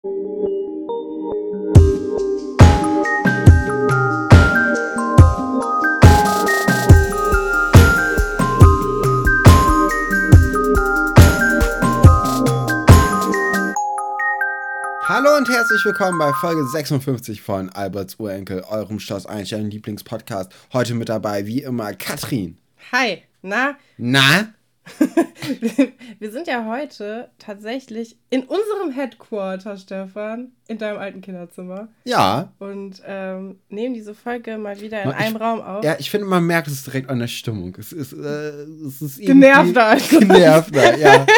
Hallo und herzlich willkommen bei Folge 56 von Alberts Urenkel, eurem Schloss Einstein Lieblingspodcast. Heute mit dabei, wie immer, Katrin. Hi, na? Na? Wir sind ja heute tatsächlich in unserem Headquarter, Stefan, in deinem alten Kinderzimmer. Ja. Und nehmen diese Folge mal wieder in einem Raum auf. Ja, ich finde, man merkt es direkt an der Stimmung. Es ist genervter als genervter, ja.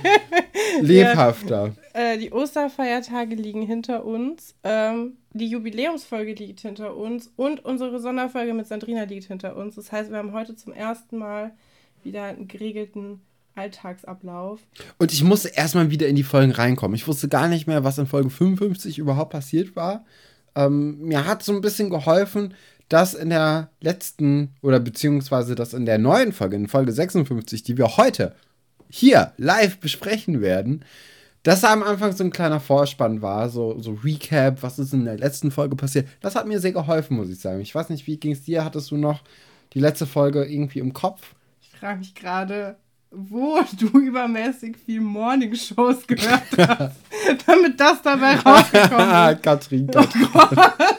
Lebhafter. Die Osterfeiertage liegen hinter uns. Die Jubiläumsfolge liegt hinter uns. Und unsere Sonderfolge mit Sandrina liegt hinter uns. Das heißt, wir haben heute zum ersten Mal wieder einen geregelten Alltagsablauf. Und ich musste erstmal wieder in die Folgen reinkommen. Ich wusste gar nicht mehr, was in Folge 55 überhaupt passiert war. Mir hat so ein bisschen geholfen, dass in der letzten, oder beziehungsweise dass in der neuen Folge, in Folge 56, die wir heute hier live besprechen werden, dass da am Anfang so ein kleiner Vorspann war, so Recap, was ist in der letzten Folge passiert. Das hat mir sehr geholfen, muss ich sagen. Ich weiß nicht, wie ging es dir? Hattest du noch die letzte Folge irgendwie im Kopf? Ich frage mich gerade, wo du übermäßig viel Morning-Shows gehört hast, damit das dabei rausgekommen ist. Katrin. Oh Gott.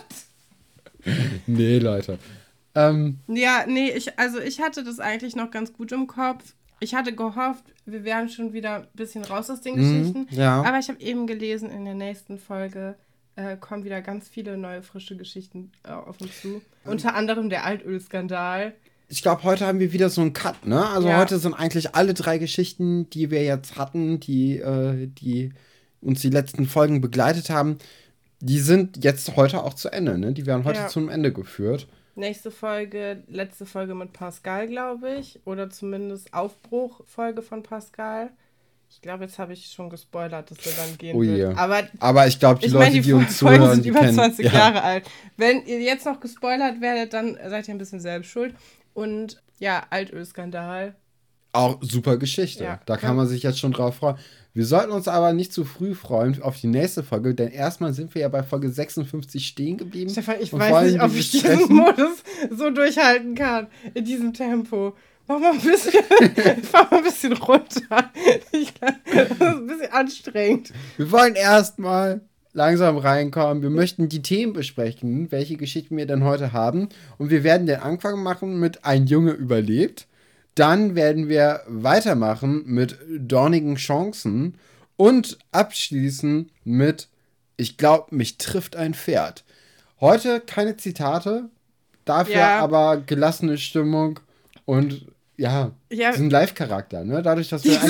Nee, Leute. Ja, nee, ich hatte das eigentlich noch ganz gut im Kopf. Ich hatte gehofft, wir wären schon wieder ein bisschen raus aus den Geschichten. Ja. Aber ich habe eben gelesen, in der nächsten Folge kommen wieder ganz viele neue, frische Geschichten auf uns zu. Unter anderem der Altölskandal. Ich glaube, heute haben wir wieder so einen Cut, ne? Also ja. Heute sind eigentlich alle 3 Geschichten, die wir jetzt hatten, die uns die letzten Folgen begleitet haben, die sind jetzt heute auch zu Ende, ne? Die werden heute zum Ende geführt. Nächste Folge, letzte Folge mit Pascal, glaube ich. Oder zumindest Aufbruchfolge von Pascal. Ich glaube, jetzt habe ich schon gespoilert, dass er dann gehen wird. Aber ich glaube, die Leute, die uns zuhören, Folgen sind die über kennen, 20 Jahre alt. Wenn ihr jetzt noch gespoilert werdet, dann seid ihr ein bisschen selbst schuld. Und ja, Altölskandal. Auch super Geschichte. Ja, da kann man sich jetzt schon drauf freuen. Wir sollten uns aber nicht zu früh freuen auf die nächste Folge, denn erstmal sind wir ja bei Folge 56 stehen geblieben. Stefan, ich weiß nicht, ob ich diesen Modus so durchhalten kann, in diesem Tempo. Fahr mal ein bisschen runter. Das ist ein bisschen anstrengend. Wir wollen erstmal langsam reinkommen. Wir möchten die Themen besprechen, welche Geschichten wir denn heute haben. Und wir werden den Anfang machen mit Ein Junge überlebt. Dann werden wir weitermachen mit Dornigen Chancen und abschließen mit Ich glaube, mich trifft ein Pferd. Heute keine Zitate, dafür aber gelassene Stimmung und diesen Live-Charakter, ne? Dadurch, dass wir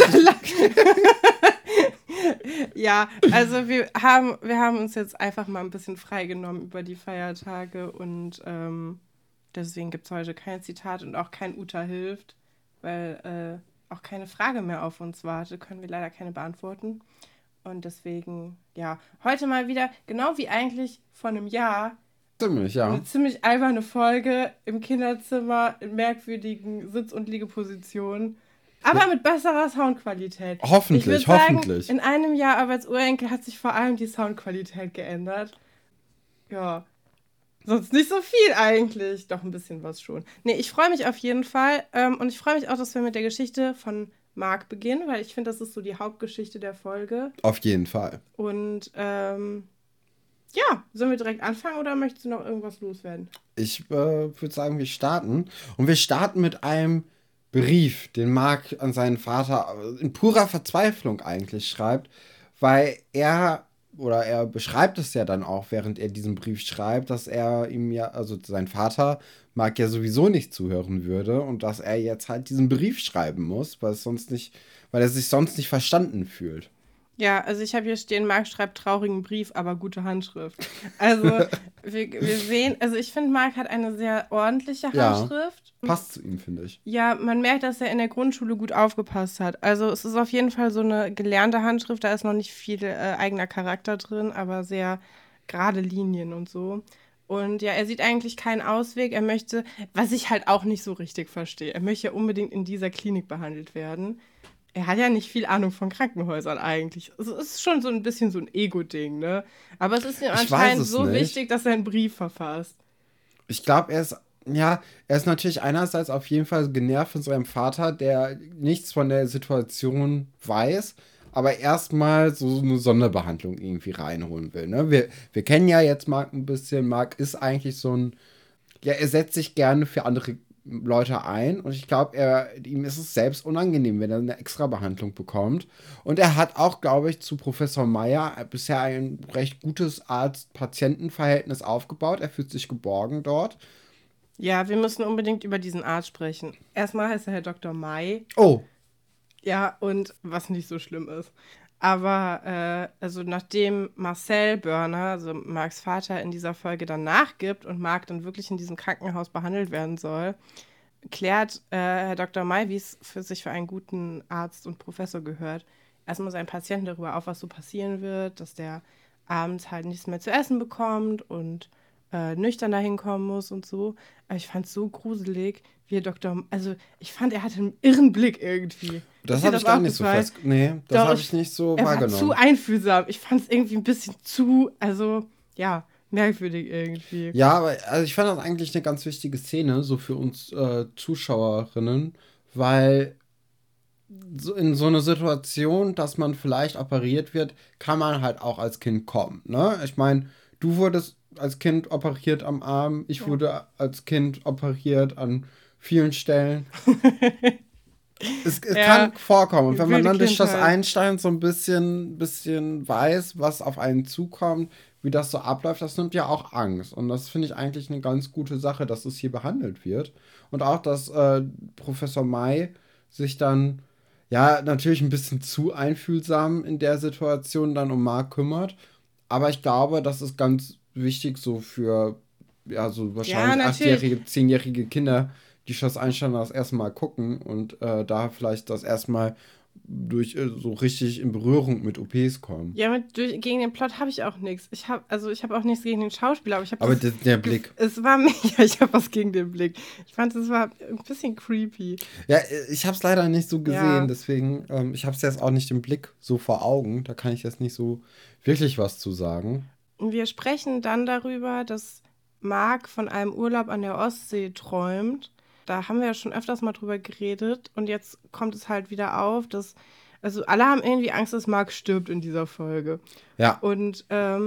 Ja, also wir haben uns jetzt einfach mal ein bisschen freigenommen über die Feiertage und deswegen gibt es heute keine Zitate und auch kein Uta hilft. Weil auch keine Frage mehr auf uns wartet, können wir leider keine beantworten. Und deswegen, ja, heute mal wieder, genau wie eigentlich vor einem Jahr, eine ziemlich alberne Folge im Kinderzimmer in merkwürdigen Sitz- und Liegepositionen, aber mit besserer Soundqualität. Hoffentlich, ich würde sagen, in einem Jahr Alberts Urenkel hat sich vor allem die Soundqualität geändert. Ja. Sonst nicht so viel eigentlich. Doch ein bisschen was schon. Nee, ich freue mich auf jeden Fall. Und ich freue mich auch, dass wir mit der Geschichte von Mark beginnen, weil ich finde, das ist so die Hauptgeschichte der Folge. Auf jeden Fall. Und sollen wir direkt anfangen oder möchtest du noch irgendwas loswerden? Ich würde sagen, wir starten. Und wir starten mit einem Brief, den Mark an seinen Vater in purer Verzweiflung eigentlich schreibt, weil er beschreibt es ja dann auch, während er diesen Brief schreibt, dass er ihm also sein Vater Mark ja sowieso nicht zuhören würde und dass er jetzt halt diesen Brief schreiben muss, weil er sich sonst nicht verstanden fühlt. Ja, also ich habe hier stehen, Mark schreibt traurigen Brief, aber gute Handschrift. Also wir sehen, also ich finde, Mark hat eine sehr ordentliche Handschrift. Passt zu ihm, finde ich. Ja, man merkt, dass er in der Grundschule gut aufgepasst hat. Also es ist auf jeden Fall so eine gelernte Handschrift, da ist noch nicht viel eigener Charakter drin, aber sehr gerade Linien und so. Und ja, er sieht eigentlich keinen Ausweg. Er möchte, was ich halt auch nicht so richtig verstehe, er möchte ja unbedingt in dieser Klinik behandelt werden. er hat ja nicht viel Ahnung von Krankenhäusern eigentlich. Es ist schon so ein bisschen so ein Ego-Ding, ne? Aber es ist ihm Ich weiß anscheinend es so nicht. wichtig, dass er einen Brief verfasst. Ich glaube, er ist natürlich einerseits auf jeden Fall genervt von seinem Vater, der nichts von der Situation weiß, aber erstmal so eine Sonderbehandlung irgendwie reinholen will. Ne? Wir kennen ja jetzt Marc ein bisschen. Marc ist eigentlich so ein, ja, er setzt sich gerne für andere Leute ein und ich glaube, ihm ist es selbst unangenehm, wenn er eine extra Behandlung bekommt. Und er hat auch, glaube ich, zu Professor Meyer bisher ein recht gutes Arzt-Patienten-Verhältnis aufgebaut. Er fühlt sich geborgen dort. Ja, wir müssen unbedingt über diesen Arzt sprechen. Erstmal heißt er Herr Dr. May. Oh, Ja, und was nicht so schlimm ist. Aber also nachdem Marcel Börner, also Marks Vater, in dieser Folge dann nachgibt und Mark dann wirklich in diesem Krankenhaus behandelt werden soll, klärt Herr Dr. May, wie es für sich für einen guten Arzt und Professor gehört, erstmal seinen Patienten darüber auf, was so passieren wird, dass der abends halt nichts mehr zu essen bekommt und nüchtern dahin kommen muss und so. Aber ich fand es so gruselig, wie also ich fand, er hatte einen irren Blick irgendwie. das Ist dir habe das ich gar auch nicht so gefallen? fest. Nee, das Doch, habe ich nicht so er war zu wahrgenommen. einfühlsam. Ich fand es irgendwie ein bisschen zu, also ja, merkwürdig irgendwie. Ja, aber also ich fand das eigentlich eine ganz wichtige Szene, so für uns Zuschauerinnen, weil so in so eine Situation, dass man vielleicht operiert wird, kann man halt auch als Kind kommen. Ne? Ich meine, du wurdest als Kind operiert am Arm, ich Ja. wurde als Kind operiert an vielen Stellen. Es Ja, kann vorkommen. Und wenn man wilde dann durch das Kindheit. Einstein so ein bisschen weiß, was auf einen zukommt, wie das so abläuft, das nimmt ja auch Angst. Und das finde ich eigentlich eine ganz gute Sache, dass es hier behandelt wird. Und auch, dass Professor May sich dann, ja, natürlich ein bisschen zu einfühlsam in der Situation dann um Mark kümmert. Aber ich glaube, das ist ganz wichtig so für, ja, so Ja, wahrscheinlich natürlich. 8-jährige, 10-jährige Kinder, die Schloss Einstein das erste Mal gucken und da vielleicht das erstmal durch so richtig in Berührung mit OPs kommen. Ja, gegen den Plot habe ich auch nichts. Ich habe auch nichts gegen den Schauspieler, aber ich habe Aber der Blick. es war ja, ich habe was gegen den Blick. Ich fand, es war ein bisschen creepy. Ja, ich habe es leider nicht so gesehen, Ja, deswegen, ich habe es jetzt auch nicht im Blick so vor Augen. Da kann ich jetzt nicht so wirklich was zu sagen. und wir sprechen dann darüber, dass Mark von einem Urlaub an der Ostsee träumt. Da haben wir ja schon öfters mal drüber geredet und jetzt kommt es halt wieder auf, dass also alle haben irgendwie Angst, dass Mark stirbt in dieser Folge. Ja, Und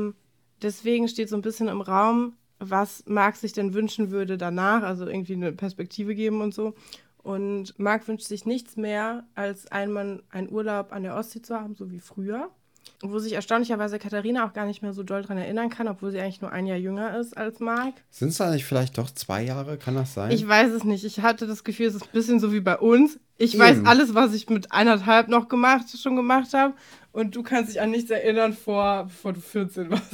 deswegen steht so ein bisschen im Raum, was Marc sich denn wünschen würde danach, also irgendwie eine Perspektive geben und so. Und Marc wünscht sich nichts mehr, als einmal einen Urlaub an der Ostsee zu haben, so wie früher. Wo sich erstaunlicherweise Katharina auch gar nicht mehr so doll dran erinnern kann, obwohl sie eigentlich nur ein Jahr jünger ist als Marc. sind es da nicht vielleicht doch 2 Jahre? Kann das sein? Ich weiß es nicht. Ich hatte das Gefühl, es ist ein bisschen so wie bei uns. Ich weiß Eben. alles, was ich mit 1,5 noch schon gemacht habe. Und du kannst dich an nichts erinnern, bevor du 14 warst.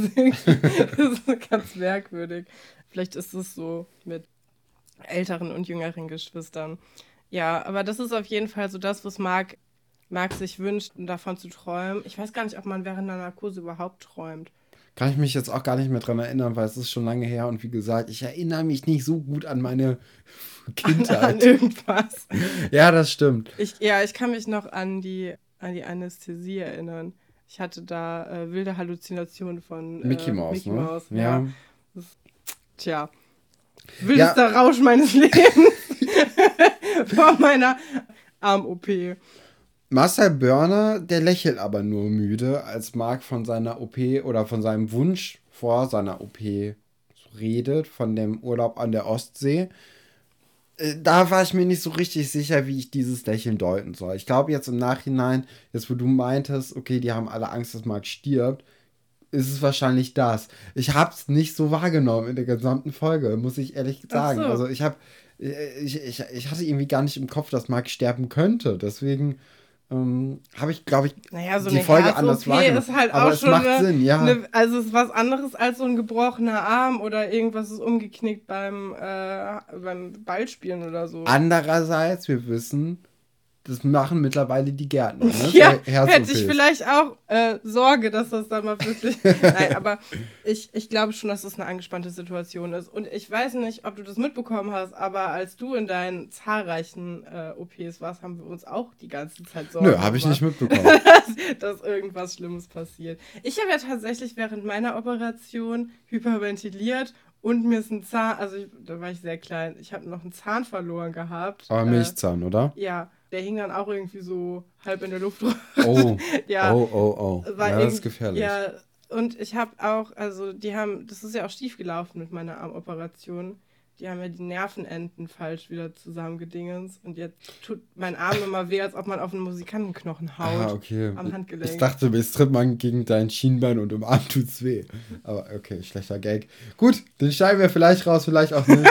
Das ist ganz merkwürdig. Vielleicht ist es so mit älteren und jüngeren Geschwistern. Ja, aber das ist auf jeden Fall so das, was Marc sich wünscht, davon zu träumen. Ich weiß gar nicht, ob man während einer Narkose überhaupt träumt. Kann ich mich jetzt auch gar nicht mehr dran erinnern, weil es ist schon lange her und wie gesagt, ich erinnere mich nicht so gut an meine An Kindheit. irgendwas. Ja, das stimmt. Ich kann mich noch an die Anästhesie erinnern. Ich hatte da wilde Halluzinationen von Mickey Mouse, Mickey ne? Mouse. Ja. Ja. Tja. Wildester Rausch meines Lebens. Vor meiner Arm-OP. Marcel Börner, der lächelt aber nur müde, als Mark von seiner OP oder von seinem Wunsch vor seiner OP redet, von dem Urlaub an der Ostsee. Da war ich mir nicht so richtig sicher, wie ich dieses Lächeln deuten soll. Ich glaube jetzt im Nachhinein, jetzt wo du meintest, okay, die haben alle Angst, dass Mark stirbt, ist es wahrscheinlich das. Ich habe es nicht so wahrgenommen in der gesamten Folge, muss ich ehrlich Ach sagen. so. Also ich hatte irgendwie gar nicht im Kopf, dass Mark sterben könnte. Deswegen habe ich, glaube ich, Naja, so die eine Folge anders Herz-OP wahrgenommen. ist halt Aber auch es schon macht Sinn, ja. also es ist was anderes als so ein gebrochener Arm oder irgendwas ist umgeknickt beim Ballspielen oder so. Andererseits, wir wissen, das machen mittlerweile die Gärtner. Ne? Ja, hätte ich vielleicht auch Sorge, dass das dann mal wirklich... Nein, aber ich glaube schon, dass das eine angespannte Situation ist. Und ich weiß nicht, ob du das mitbekommen hast, aber als du in deinen zahlreichen OPs warst, haben wir uns auch die ganze Zeit Sorgen Nö, habe ich nicht mitbekommen. dass irgendwas Schlimmes passiert. Ich habe ja tatsächlich während meiner Operation hyperventiliert und mir ist ein Zahn, also da war ich sehr klein, ich habe noch einen Zahn verloren gehabt. Aber Milchzahn, oder? Ja, der hing dann auch irgendwie so halb in der Luft. Oh, ja, oh. Ja, das ist gefährlich. Ja, und ich habe auch, also das ist ja auch schief gelaufen mit meiner Armoperation. Die haben ja die Nervenenden falsch wieder zusammengedingens und jetzt tut mein Arm immer weh, als ob man auf einen Musikantenknochen haut. Okay. Am Handgelenk. Ich dachte, jetzt tritt man gegen dein Schienbein und im Arm tut's weh. Aber okay, schlechter Gag. Gut, den schneiden wir vielleicht raus, vielleicht auch nicht.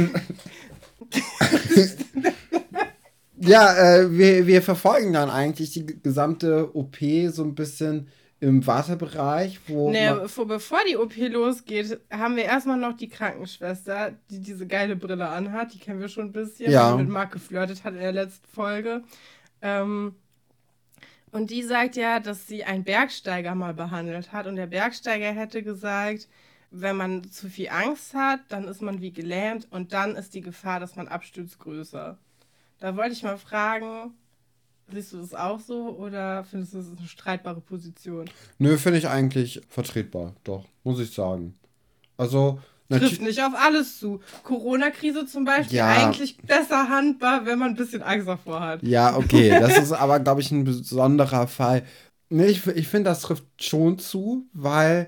Ja, wir verfolgen dann eigentlich die gesamte OP so ein bisschen im Wartebereich, wo... bevor die OP losgeht, haben wir erstmal noch die Krankenschwester, die diese geile Brille anhat. Die kennen wir schon ein bisschen, Ja. die mit Marc geflirtet hat in der letzten Folge. Und die sagt ja, dass sie einen Bergsteiger mal behandelt hat. Und der Bergsteiger hätte gesagt, wenn man zu viel Angst hat, dann ist man wie gelähmt und dann ist die Gefahr, dass man abstürzt, größer. Da wollte ich mal fragen... Siehst du das auch so oder findest du das eine streitbare Position? Nö, finde ich eigentlich vertretbar, doch, muss ich sagen. Also, trifft nicht auf alles zu. Corona-Krise zum Beispiel, ja, eigentlich besser handbar, wenn man ein bisschen Angst davor hat. Ja, okay, das ist aber, glaube ich, ein besonderer Fall. Nee, ich finde, das trifft schon zu, weil,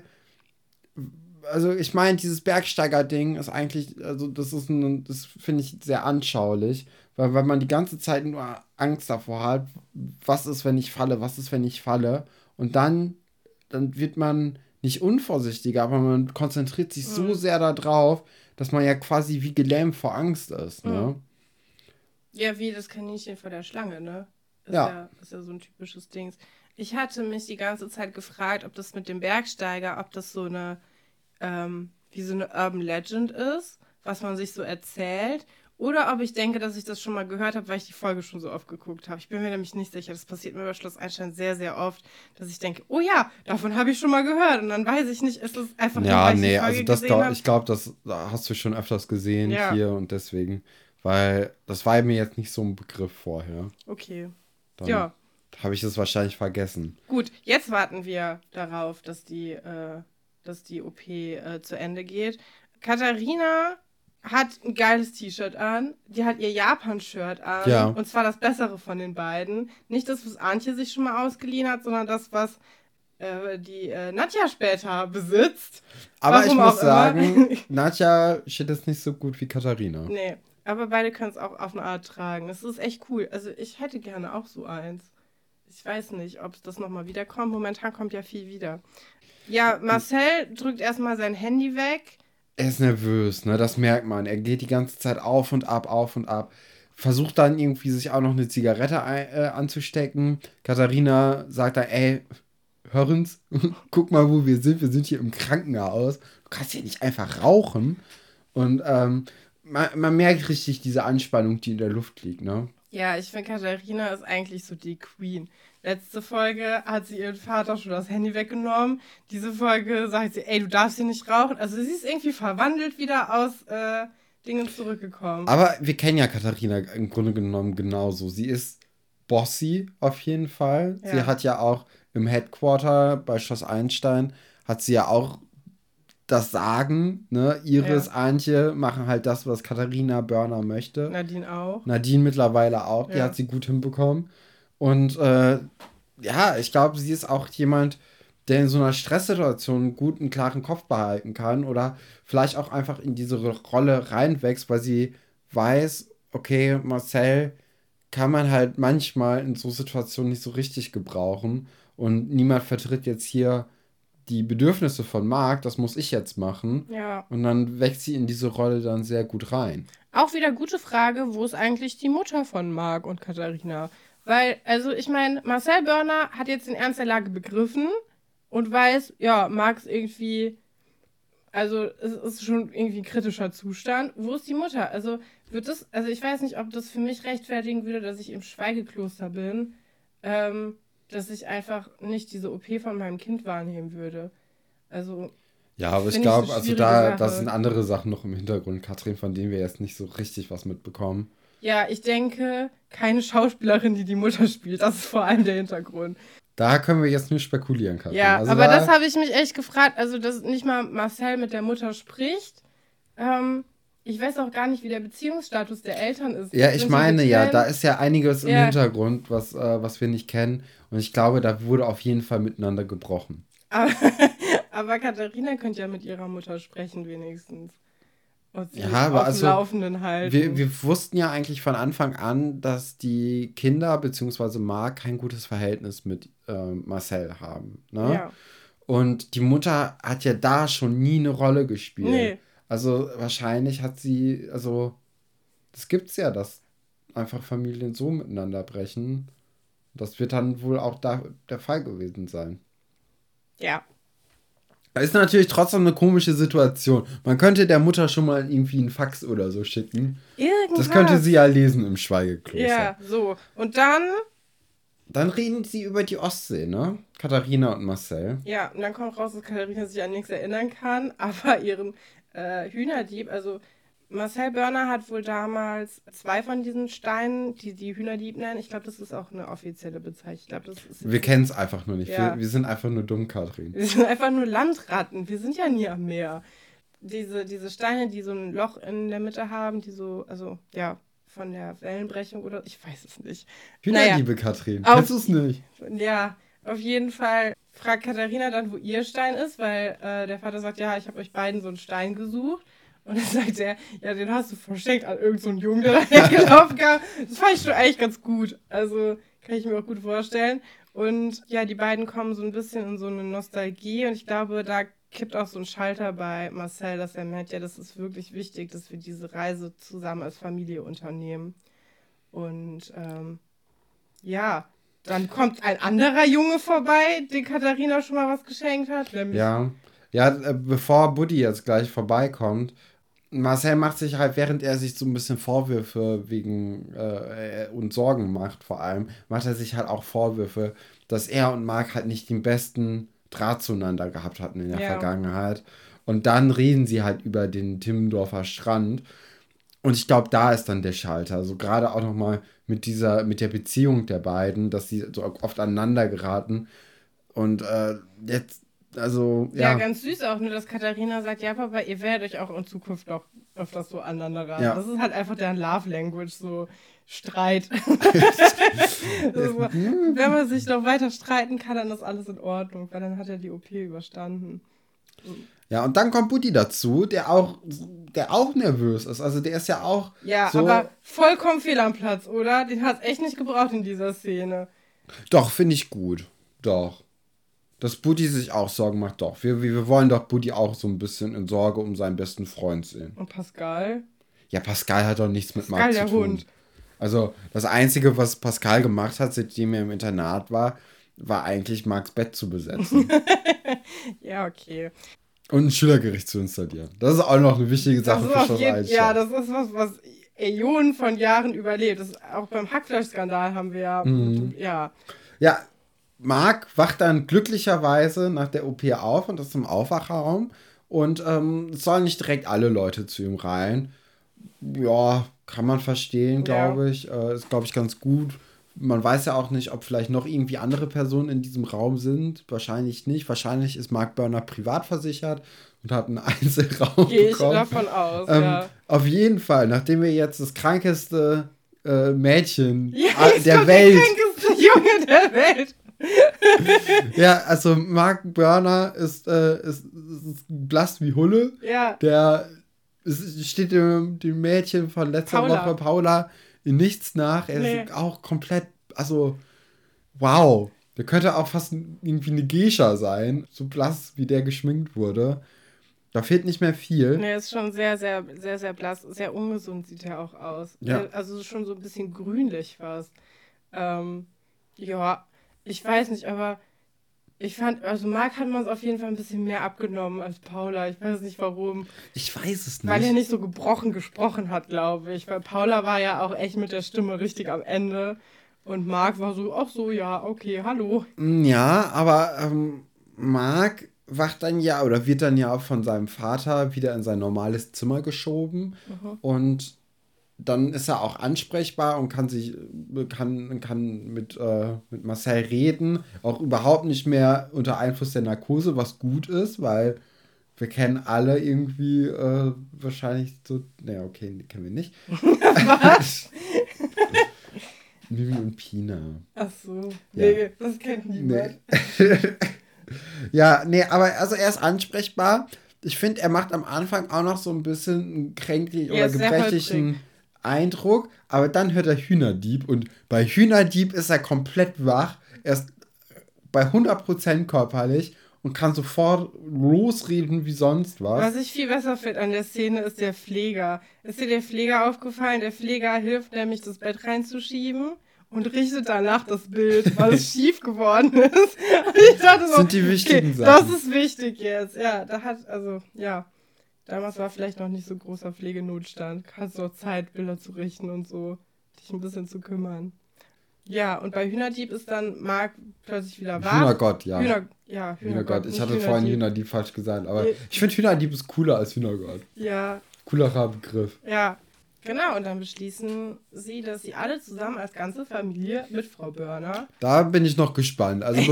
also ich meine, dieses Bergsteiger-Ding ist eigentlich, also das finde ich sehr anschaulich, weil man die ganze Zeit nur Angst davor hat, was ist, wenn ich falle, was ist, wenn ich falle. Und dann wird man nicht unvorsichtiger, aber man konzentriert sich so sehr darauf, dass man ja quasi wie gelähmt vor Angst ist, ne? Ja, wie das Kaninchen vor der Schlange, ne? Ist ja so ein typisches Ding. Ich hatte mich die ganze Zeit gefragt, ob das mit dem Bergsteiger, ob das so eine, wie so eine Urban Legend ist, was man sich so erzählt. Oder ob ich denke, dass ich das schon mal gehört habe, weil ich die Folge schon so oft geguckt habe. Ich bin mir nämlich nicht sicher. Das passiert mir bei Schloss Einstein sehr, sehr oft, dass ich denke, oh ja, davon habe ich schon mal gehört. Und dann weiß ich nicht, ist es einfach nur, weil ich die Folge gesehen habe. Ich glaube, das hast du schon öfters gesehen hier und deswegen, weil das war mir jetzt nicht so ein Begriff vorher. Okay. Dann habe ich es wahrscheinlich vergessen. Gut, jetzt warten wir darauf, dass die OP zu Ende geht. Katharina hat ein geiles T-Shirt an. Die hat ihr Japan-Shirt an. Ja. Und zwar das bessere von den beiden. Nicht das, was Antje sich schon mal ausgeliehen hat, sondern das, was die Nadja später besitzt. Aber Warum ich muss auch sagen, immer. Nadja steht jetzt nicht so gut wie Katharina. Nee, aber beide können es auch auf eine Art tragen. Das ist echt cool. Also ich hätte gerne auch so eins. Ich weiß nicht, ob das nochmal wiederkommt. Momentan kommt ja viel wieder. Ja, Marcel drückt erstmal sein Handy weg. Er ist nervös, ne? Das merkt man. Er geht die ganze Zeit auf und ab. Versucht dann irgendwie sich auch noch eine Zigarette anzustecken. Katharina sagt dann, ey, hören's, guck mal, wo wir sind. Wir sind hier im Krankenhaus. Du kannst hier nicht einfach rauchen. Und man merkt richtig diese Anspannung, die in der Luft liegt, ne? Ja, ich finde, Katharina ist eigentlich so die Queen. Letzte Folge hat sie ihren Vater schon das Handy weggenommen. Diese Folge sagt sie, ey, du darfst hier nicht rauchen. Also sie ist irgendwie verwandelt wieder aus Dingen zurückgekommen. Aber wir kennen ja Katharina im Grunde genommen genauso. Sie ist bossy auf jeden Fall. Ja. Sie hat ja auch im Headquarter bei Schloss Einstein, hat sie ja auch das Sagen, ne? Iris, Antje machen halt das, was Katharina Börner möchte. Nadine auch. Nadine mittlerweile auch. Die hat sie gut hinbekommen. Und ich glaube, sie ist auch jemand, der in so einer Stresssituation gut einen klaren Kopf behalten kann oder vielleicht auch einfach in diese Rolle reinwächst, weil sie weiß, okay, Marcel kann man halt manchmal in so Situationen nicht so richtig gebrauchen und niemand vertritt jetzt hier die Bedürfnisse von Marc, das muss ich jetzt machen. Ja. Und dann wächst sie in diese Rolle dann sehr gut rein. Auch wieder gute Frage, wo ist eigentlich die Mutter von Marc und Katharina? Weil, also ich meine, Marcel Börner hat jetzt den Ernst der Lage begriffen und weiß, ja, Marc ist irgendwie, also es ist schon irgendwie ein kritischer Zustand. Wo ist die Mutter? Also Also ich weiß nicht, ob das für mich rechtfertigen würde, dass ich im Schweigekloster bin, dass ich einfach nicht diese OP von meinem Kind wahrnehmen würde. Also Ja, aber ich finde ich eine glaube, also schwierige das sind Sache. andere Sachen noch im Hintergrund, Katrin, von denen wir jetzt nicht so richtig was mitbekommen. Ja, ich denke, keine Schauspielerin, die die Mutter spielt. Das ist vor allem der Hintergrund. Da können wir jetzt nur spekulieren, Katrin. Ja, Also aber das da, habe ich mich echt gefragt. Also, dass nicht mal Marcel mit der Mutter spricht. Ähm, Ich weiß auch gar nicht, wie der Beziehungsstatus der Eltern ist. ja, ich Sind die meine ja, da getrennt? ist ja einiges im Ja, Hintergrund, was wir nicht kennen. Und ich glaube, da wurde auf jeden Fall miteinander gebrochen. aber, aber Katharina könnte ja mit ihrer Mutter sprechen, wenigstens. Und Ja, sie aber auf dem also, Laufenden wir, halten. wir wussten ja eigentlich von Anfang an, dass die Kinder bzw. Marc kein gutes Verhältnis mit Marcel haben. Ne? Ja. Und die Mutter hat ja da schon nie eine Rolle gespielt. Nee. Also wahrscheinlich hat sie, also das gibt's ja, dass einfach Familien so miteinander brechen. Das wird dann wohl auch da der Fall gewesen sein. Ja. Das ist natürlich trotzdem eine komische Situation. Man könnte der Mutter schon mal irgendwie einen Fax oder so schicken. Das könnte sie Irgendwas. ja lesen im Schweigekloster. Ja, so. Und dann, Dann reden sie über die Ostsee, ne? Katharina und Marcel. ja, und dann kommt raus, dass Katharina sich an nichts erinnern kann, aber ihren Hühnerdieb, also Marcel Börner hat wohl damals 2 von diesen Steinen, die die Hühnerdieb nennen. Ich glaube, das ist auch eine offizielle Bezeichnung. Ich glaube, das ist Wir jetzt kennen nicht. es einfach nur nicht. Ja, Wir sind einfach nur dumm, Katrin. wir sind einfach nur Landratten. Wir sind ja nie am Meer. Diese Steine, die so ein Loch in der Mitte haben, die so, also ja, von der Wellenbrechung oder ich weiß es nicht. Naja, Hühnerliebe, Katrin. auf, Kennst du es nicht? ja, auf jeden Fall fragt Katharina dann, wo ihr Stein ist, weil der Vater sagt, ja, ich habe euch beiden so einen Stein gesucht. Und dann sagt er, ja, den hast du versteckt an irgendeinen so einen Jungen, der da hergelaufen kam. Das fand ich schon eigentlich ganz gut. Also kann ich mir auch gut vorstellen. Und ja, die beiden kommen so ein bisschen in so eine Nostalgie. Und ich glaube, da kippt auch so ein Schalter bei Marcel, dass er merkt, ja, das ist wirklich wichtig, dass wir diese Reise zusammen als Familie unternehmen. Und ja, dann kommt ein anderer Junge vorbei, den Katharina schon mal was geschenkt hat, nämlich. Ja. Ja, bevor Buddy jetzt gleich vorbeikommt, Marcel macht sich halt, während er sich so ein bisschen Vorwürfe wegen und Sorgen macht, vor allem, macht er sich halt auch Vorwürfe, dass er und Marc halt nicht den besten Draht zueinander gehabt hatten in der Ja, Vergangenheit. Und dann reden sie halt über den Timmendorfer Strand. Und ich glaube, da ist dann der Schalter. Also gerade auch nochmal mit der Beziehung der beiden, dass sie so oft aneinander geraten. Und jetzt, also, ja, ja, ganz süß auch, nur dass Katharina sagt, ja, Papa, ihr werdet euch auch in Zukunft noch öfters so aneinander raten. ja. Das ist halt einfach deren Love Language, so Streit. So, wenn man sich noch weiter streiten kann, dann ist alles in Ordnung, weil dann hat er die OP überstanden. Ja, und dann kommt Buddy dazu, der auch nervös ist. Also der ist ja auch Ja, so. aber vollkommen fehl am Platz, oder? Den hat es echt nicht gebraucht in dieser Szene. Doch, finde ich gut. Doch. Dass Buddy sich auch Sorgen macht, doch. Wir wollen doch Buddy auch so ein bisschen in Sorge um seinen besten Freund sehen. Und Pascal? Ja, Pascal hat doch nichts mit Pascal, Marc zu der tun. Hund. Also, das Einzige, was Pascal gemacht hat, seitdem er im Internat war eigentlich Marcs Bett zu besetzen. Ja, okay. Und ein Schülergericht zu installieren. Das ist auch noch eine wichtige Das Sache ist für auf Schloss jeden ja, Einstein. das ist was Äonen von Jahren überlebt. Das ist, auch beim Hackfleischskandal haben wir ja, ja, Ja, Marc wacht dann glücklicherweise nach der OP auf und ist im Aufwachraum. Und es sollen nicht direkt alle Leute zu ihm rein. Ja, kann man verstehen, ja. glaube ich. Ist, glaube ich, ganz gut. Man weiß ja auch nicht, ob vielleicht noch irgendwie andere Personen in diesem Raum sind. Wahrscheinlich nicht. Wahrscheinlich ist Mark Börner privat versichert und hat einen Einzelraum Gehe ich bekommen. davon aus, ja. Auf jeden Fall, nachdem wir jetzt das krankeste Mädchen Ja, ich der glaub, Welt. der krankeste Junge der Welt. Ja, also Mark Börner ist blass wie Hulle. Ja, Es steht dem Mädchen von letzter Paula. Woche, Paula, in nichts nach. Er Nee. ist auch komplett, also, wow. Der könnte auch fast irgendwie eine Geisha sein, so blass, wie der geschminkt wurde. Da fehlt nicht mehr viel. Nee, ist schon sehr, sehr, sehr, sehr blass. Sehr ungesund sieht er auch aus. Ja. Also schon so ein bisschen grünlich fast. Ja, ich weiß nicht, aber Ich fand, also Marc hat man es auf jeden Fall ein bisschen mehr abgenommen als Paula. Ich weiß nicht warum. Ich weiß es nicht. Weil er nicht so gebrochen gesprochen hat, glaube ich. Weil Paula war ja auch echt mit der Stimme richtig am Ende. Und Marc war so, ach so, ja, okay, hallo. Ja, aber Mark wacht dann ja oder wird dann ja von seinem Vater wieder in sein normales Zimmer geschoben und dann ist er auch ansprechbar und kann mit Marcel reden, auch überhaupt nicht mehr unter Einfluss der Narkose, was gut ist, weil wir kennen alle irgendwie wahrscheinlich so, naja, okay, die kennen wir nicht. Was? Mimi und Pina. Ach so, Ja. nee, das kennt niemand. Nee. Ja, nee, aber also er ist ansprechbar. Ich finde, er macht am Anfang auch noch so ein bisschen einen kränklichen Er oder ist sehr gebrechlichen Eindruck, aber dann hört er Hühnerdieb und bei Hühnerdieb ist er komplett wach. Er ist bei 100% körperlich und kann sofort losreden wie sonst was. Was ich viel besser finde an der Szene ist der Pfleger. Ist dir der Pfleger aufgefallen? Der Pfleger hilft nämlich, das Bett reinzuschieben und richtet danach das Bild, weil es schief geworden ist. Und ich dachte so, Das sind die wichtigen okay, Sachen. das ist wichtig jetzt. Ja, damals war vielleicht noch nicht so großer Pflegenotstand. Hast du auch Zeit, Bilder zu richten und so, dich ein bisschen zu kümmern. Ja, und bei Hühnerdieb ist dann Marc plötzlich wieder wach. Hühnergott, ja. Hühnergott. Ich hatte vorhin Hühnerdieb falsch gesagt, aber ich finde Hühnerdieb ist cooler als Hühnergott. Ja. Coolerer Begriff. Ja, genau. Und dann beschließen sie, dass sie alle zusammen als ganze Familie mit Frau Börner. Da bin ich noch gespannt. Also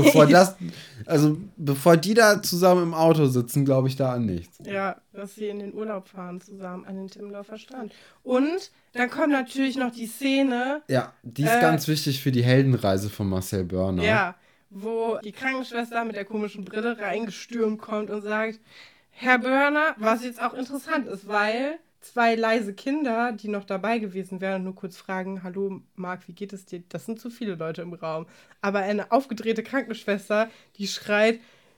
bevor die da zusammen im Auto sitzen, glaube ich da an nichts. Ja, dass sie in den Urlaub fahren zusammen an den Timmendorfer Strand. Und dann kommt natürlich noch die Szene. Ja, die ist ganz wichtig für die Heldenreise von Marcel Börner. Ja, wo die Krankenschwester mit der komischen Brille reingestürmt kommt und sagt, Herr Börner, was jetzt auch interessant ist, weil 2 leise Kinder, die noch dabei gewesen wären, nur kurz fragen, hallo Marc, wie geht es dir? Das sind zu viele Leute im Raum. Aber eine aufgedrehte Krankenschwester, die schreit,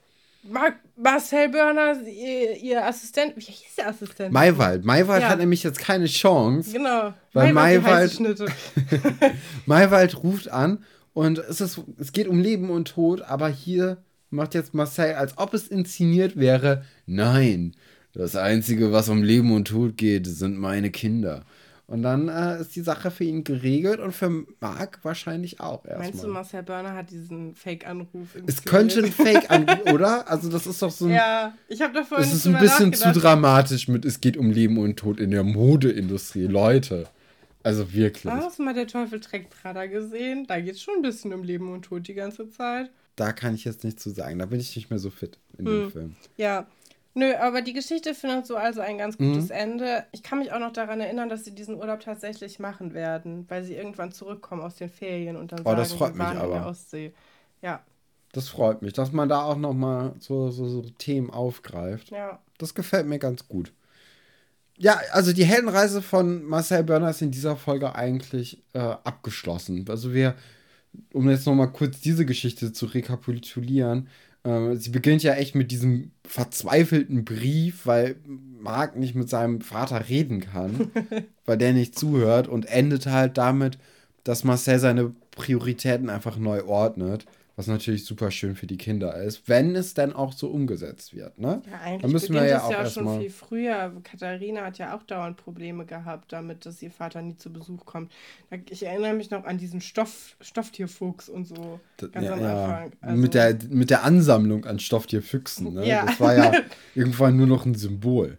Marcel Börner, ihr Assistent, wie hieß der Assistent? Maywald. Maywald Ja. hat nämlich jetzt keine Chance. Genau. Weil die heiße Schnitte. Maywald ruft an und es geht um Leben und Tod, aber hier macht jetzt Marcel, als ob es inszeniert wäre, nein, das Einzige, was um Leben und Tod geht, sind meine Kinder. Und dann ist die Sache für ihn geregelt und für Marc wahrscheinlich auch erstmal. Meinst du, Marcel Börner hat diesen Fake-Anruf Es könnte ein Fake-Anruf, oder? Also das ist doch so ein... Ja, ich habe davor Es ist ein bisschen zu dramatisch mit, es geht um Leben und Tod in der Modeindustrie. Leute, also wirklich. Hast du mal Der Teufel trägt Prada gesehen? Da geht es schon ein bisschen um Leben und Tod die ganze Zeit. Da kann ich jetzt nichts zu sagen. Da bin ich nicht mehr so fit in dem Film. Ja, nö, aber die Geschichte findet so also ein ganz gutes Ende. Ich kann mich auch noch daran erinnern, dass sie diesen Urlaub tatsächlich machen werden, weil sie irgendwann zurückkommen aus den Ferien und dann sagen, das freut wir mich waren in aber. der Ostsee. Ja, Das freut mich, dass man da auch nochmal so Themen aufgreift. ja. Das gefällt mir ganz gut. Ja, also die Heldenreise von Marcel Börner ist in dieser Folge eigentlich abgeschlossen. Also um jetzt nochmal kurz diese Geschichte zu rekapitulieren, sie beginnt ja echt mit diesem verzweifelten Brief, weil Marc nicht mit seinem Vater reden kann, weil der nicht zuhört und endet halt damit, dass Marcel seine Prioritäten einfach neu ordnet, was natürlich super schön für die Kinder ist, wenn es dann auch so umgesetzt wird, ne? Ja, eigentlich Da müssen wir beginnt ja es auch ja erst schon mal- viel früher. Katharina hat ja auch dauernd Probleme gehabt damit, dass ihr Vater nie zu Besuch kommt. Ich erinnere mich noch an diesen Stofftierfuchs und so ganz am Anfang. Also, mit der Ansammlung an Stofftierfüchsen, ne? Ja. Das war ja irgendwann nur noch ein Symbol.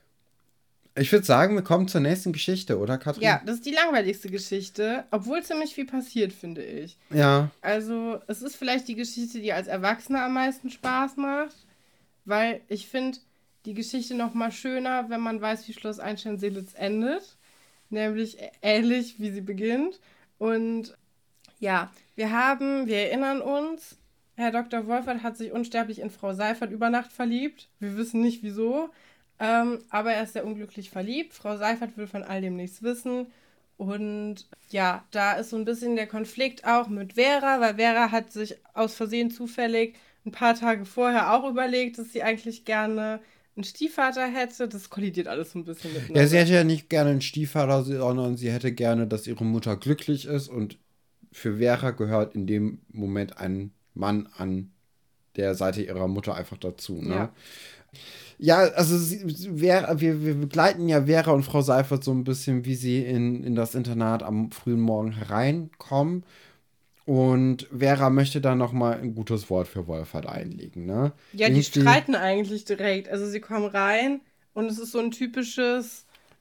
Ich würde sagen, wir kommen zur nächsten Geschichte, oder Katrin? ja, das ist die langweiligste Geschichte, obwohl ziemlich viel passiert, finde ich. Ja. Also, es ist vielleicht die Geschichte, die als Erwachsener am meisten Spaß macht, weil ich finde die Geschichte noch mal schöner, wenn man weiß, wie Schloss Einstein-Seelitz endet. Nämlich ähnlich, wie sie beginnt. Und ja, wir erinnern uns, Herr Dr. Wolfert hat sich unsterblich in Frau Seifert über Nacht verliebt. Wir wissen nicht, wieso. Aber er ist sehr unglücklich verliebt. Frau Seifert will von all dem nichts wissen. Und ja, da ist so ein bisschen der Konflikt auch mit Vera, weil Vera hat sich aus Versehen zufällig ein paar Tage vorher auch überlegt, dass sie eigentlich gerne einen Stiefvater hätte. Das kollidiert alles so ein bisschen miteinander. Ja, sie hätte ja nicht gerne einen Stiefvater, sondern sie hätte gerne, dass ihre Mutter glücklich ist und für Vera gehört in dem Moment ein Mann an, der Seite ihrer Mutter einfach dazu. Ne? Ja, also wir begleiten ja Vera und Frau Seifert so ein bisschen, wie sie in das Internat am frühen Morgen hereinkommen. Und Vera möchte dann noch mal ein gutes Wort für Wolfert einlegen, ne? Ja, die streiten eigentlich direkt. Also sie kommen rein und es ist so ein typisches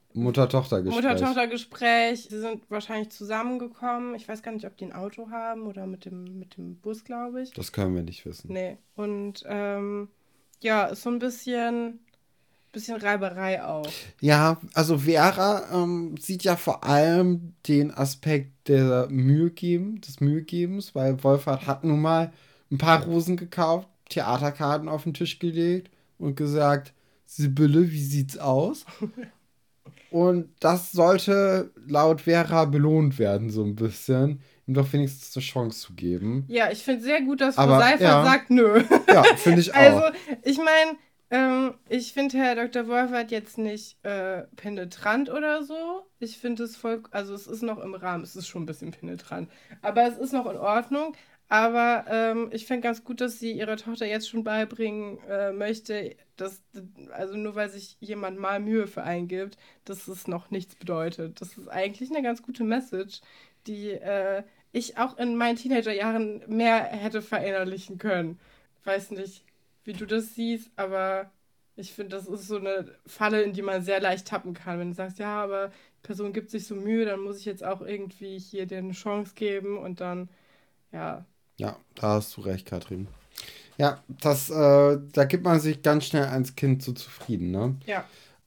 Mutter-Tochter-Gespräch. Sie sind wahrscheinlich zusammengekommen. Ich weiß gar nicht, ob die ein Auto haben oder mit dem Bus, glaube ich. Das können wir nicht wissen. Nee. Und ja, ist so ein bisschen Reiberei auch. Ja, also Vera sieht ja vor allem den Aspekt des Mühegebens, weil Wolfert hat nun mal ein paar Rosen gekauft, Theaterkarten auf den Tisch gelegt und gesagt, Sibylle, wie sieht's aus? Und das sollte laut Vera belohnt werden, so ein bisschen. Ihm doch wenigstens eine Chance zu geben. Ja, ich finde sehr gut, dass Frau Seifert sagt, nö. Ja, finde ich auch. Also, ich meine, ich finde Herr Dr. Wolfert jetzt nicht penetrant oder so. Ich finde es also es ist noch im Rahmen, es ist schon ein bisschen penetrant, aber es ist noch in Ordnung. Aber ich finde ganz gut, dass sie ihrer Tochter jetzt schon beibringen möchte, dass, also nur weil sich jemand mal Mühe für eingibt, dass es noch nichts bedeutet. Das ist eigentlich eine ganz gute Message, die ich auch in meinen Teenagerjahren mehr hätte verinnerlichen können. Weiß nicht, wie du das siehst, aber ich finde, das ist so eine Falle, in die man sehr leicht tappen kann. Wenn du sagst, ja, aber die Person gibt sich so Mühe, dann muss ich jetzt auch irgendwie hier dir eine Chance geben und dann, ja. Ja, da hast du recht, Katrin. Ja, da gibt man sich ganz schnell als Kind so zufrieden, ne? Ja.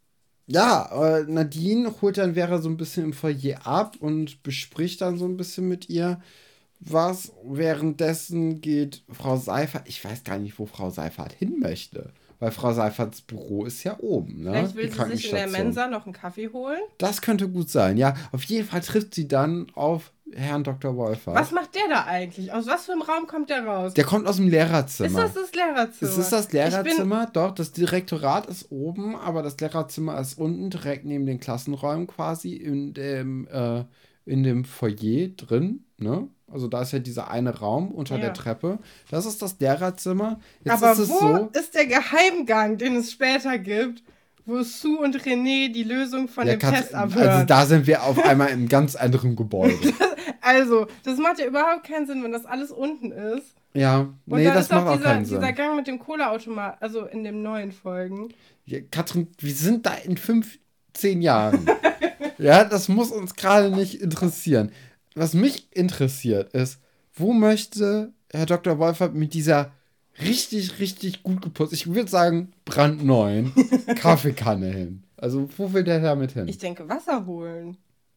Ja, Nadine holt dann Vera so ein bisschen im Foyer ab und bespricht dann so ein bisschen mit ihr was. Währenddessen geht Frau Seifert, ich weiß gar nicht, wo Frau Seifert hin möchte. Weil Frau Seiferts Büro ist ja oben, ne? Vielleicht will sie sich in der Mensa noch einen Kaffee holen? Das könnte gut sein, ja. Auf jeden Fall trifft sie dann auf Herrn Dr. Wolfert. Was macht der da eigentlich? Aus was für einem Raum kommt der raus? Der kommt aus dem Lehrerzimmer. Ist das Lehrerzimmer? Es ist das Lehrerzimmer, doch. Das Direktorat ist oben, aber das Lehrerzimmer ist unten, direkt neben den Klassenräumen quasi, in dem Foyer drin, ne? Also da ist ja dieser eine Raum unter der Treppe. Das ist das Lehrerzimmer. Jetzt aber wo ist der Geheimgang, den es später gibt, wo Sue und René die Lösung von dem Test abhören? Also da sind wir auf einmal in einem ganz anderen Gebäude. Also, das macht ja überhaupt keinen Sinn, wenn das alles unten ist. Ja, nee, das macht auch keinen Sinn. Dieser Gang mit dem Cola-Automat, also in den neuen Folgen. Ja, Katrin, wir sind da in 15 Jahren. Ja, das muss uns gerade nicht interessieren. Was mich interessiert ist, wo möchte Herr Dr. Wolfert mit dieser richtig, richtig gut geputzt, ich würde sagen brandneuen Kaffeekanne hin? Also, wo will der damit hin? Ich denke, Wasser holen.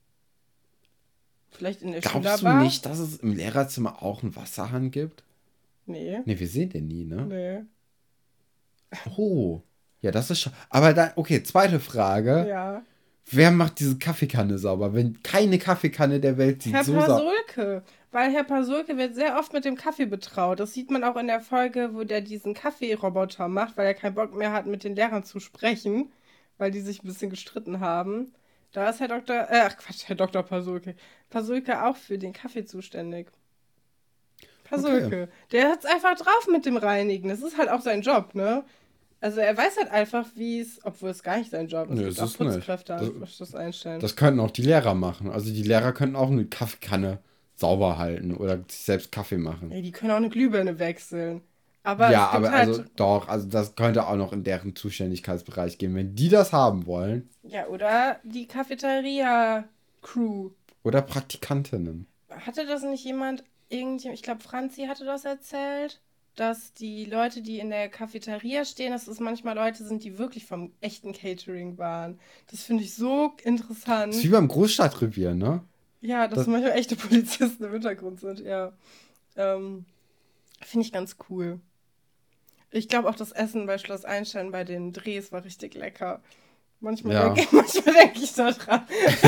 Vielleicht in der Schülerbar? Glaubst du nicht, dass es im Lehrerzimmer auch einen Wasserhahn gibt? Nee. Nee, wir sehen den nie, ne? Nee. Oh. Ja, das ist schon. Aber dann, okay, zweite Frage. Ja. Wer macht diese Kaffeekanne sauber, wenn keine Kaffeekanne der Welt sieht? Herr Pasulke. Weil Herr Pasulke wird sehr oft mit dem Kaffee betraut. Das sieht man auch in der Folge, wo der diesen Kaffeeroboter macht, weil er keinen Bock mehr hat, mit den Lehrern zu sprechen, weil die sich ein bisschen gestritten haben. Da ist Herr Dr. Pasulke. Pasulke auch für den Kaffee zuständig. Pasulke. Okay. Der hat's einfach drauf mit dem Reinigen. Das ist halt auch sein Job, ne? Also er weiß halt einfach, wie es, obwohl es gar nicht sein Job ist. Es gibt auch Putzkräfte, das einstellen. Das könnten auch die Lehrer machen. Also die Lehrer könnten auch eine Kaffeekanne sauber halten oder sich selbst Kaffee machen. Ja, die können auch eine Glühbirne wechseln. Aber ja, aber halt also das könnte auch noch in deren Zuständigkeitsbereich gehen, wenn die das haben wollen. Ja, oder die Cafeteria-Crew. Oder Praktikantinnen. Hatte das nicht jemand, ich glaube Franzi hatte das erzählt, dass die Leute, die in der Cafeteria stehen, dass es manchmal Leute sind, die wirklich vom echten Catering waren. Das finde ich so interessant. Das ist wie beim Großstadtrevier, ne? Ja, dass manchmal echte Polizisten im Hintergrund sind, ja. Finde ich ganz cool. Ich glaube auch, das Essen bei Schloss Einstein bei den Drehs war richtig lecker. Manchmal denke ich da dran.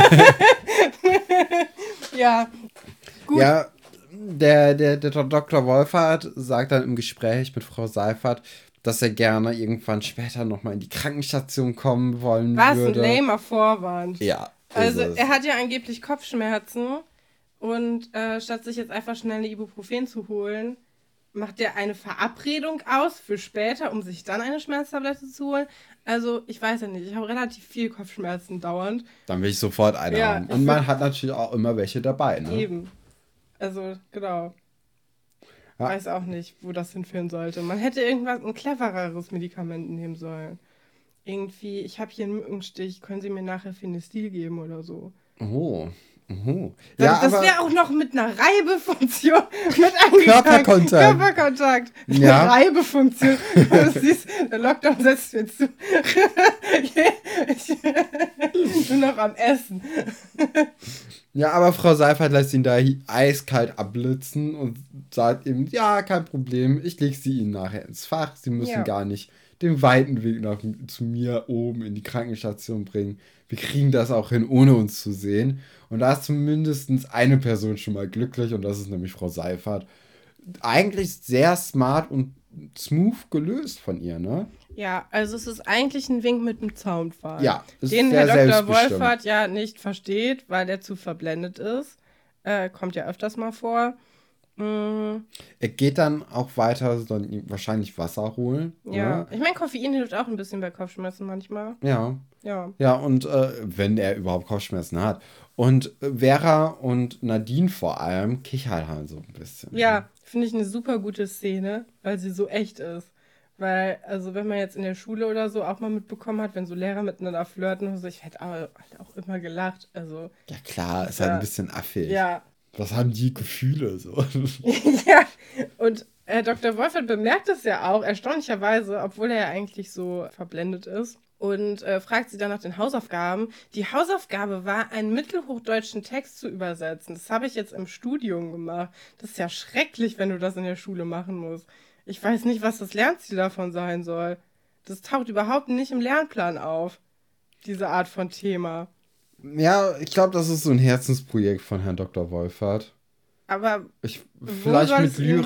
Ja, gut. Ja, der Dr. Wolfert sagt dann im Gespräch mit Frau Seifert, dass er gerne irgendwann später nochmal in die Krankenstation kommen wollen würde. Was ein lamer Vorwand. Ja. Also er hat ja angeblich Kopfschmerzen und statt sich jetzt einfach schnell eine Ibuprofen zu holen, macht der eine Verabredung aus für später, um sich dann eine Schmerztablette zu holen? Also, ich weiß ja nicht. Ich habe relativ viel Kopfschmerzen dauernd. Dann will ich sofort eine haben. Und man hat natürlich auch immer welche dabei, ne? Eben. Also, genau. Ja. Weiß auch nicht, wo das hinführen sollte. Man hätte ein clevereres Medikament nehmen sollen. Irgendwie, ich habe hier einen Mückenstich, können Sie mir nachher Phenestil geben oder so. Oh. Das wäre auch noch mit einer Reibefunktion mit Körperkontakt. Ja. Reibefunktion. Der Lockdown setzt mir zu. Nur noch am Essen. Ja, aber Frau Seifert lässt ihn da eiskalt abblitzen und sagt ihm, ja, kein Problem, ich lege sie Ihnen nachher ins Fach. Sie müssen gar nicht den weiten Weg zu mir oben in die Krankenstation bringen. Wir kriegen das auch hin, ohne uns zu sehen. Und da ist zumindest eine Person schon mal glücklich und das ist nämlich Frau Seifert. Eigentlich sehr smart und smooth gelöst von ihr, ne? Ja, also es ist eigentlich ein Wink mit dem Zaunpfahl. Ja, ist den sehr Herr Dr. selbstbestimmt. Wolfert ja nicht versteht, weil er zu verblendet ist. Kommt ja öfters mal vor. Er geht dann auch weiter, dann wahrscheinlich Wasser holen. Ja, oder? ich meine, Koffein hilft auch ein bisschen bei Kopfschmerzen manchmal. Ja. Ja. Ja, und wenn er überhaupt Kopfschmerzen hat. Und Vera und Nadine vor allem kichern halt so ein bisschen. Ja, finde ich eine super gute Szene, weil sie so echt ist. Weil, also wenn man jetzt in der Schule oder so auch mal mitbekommen hat, wenn so Lehrer miteinander flirten und so, ich hätte auch immer gelacht. Also, Ja klar, ist halt ein bisschen affig. ja. Was haben die Gefühle so? Ja, und Herr Dr. Wolfert bemerkt es ja auch, erstaunlicherweise, obwohl er ja eigentlich so verblendet ist. Und fragt sie dann nach den Hausaufgaben. Die Hausaufgabe war, einen mittelhochdeutschen Text zu übersetzen. Das habe ich jetzt im Studium gemacht. Das ist ja schrecklich, wenn du das in der Schule machen musst. Ich weiß nicht, was das Lernziel davon sein soll. Das taucht überhaupt nicht im Lernplan auf, diese Art von Thema. Ja, ich glaube, das ist so ein Herzensprojekt von Herrn Dr. Wolfert. Aber vielleicht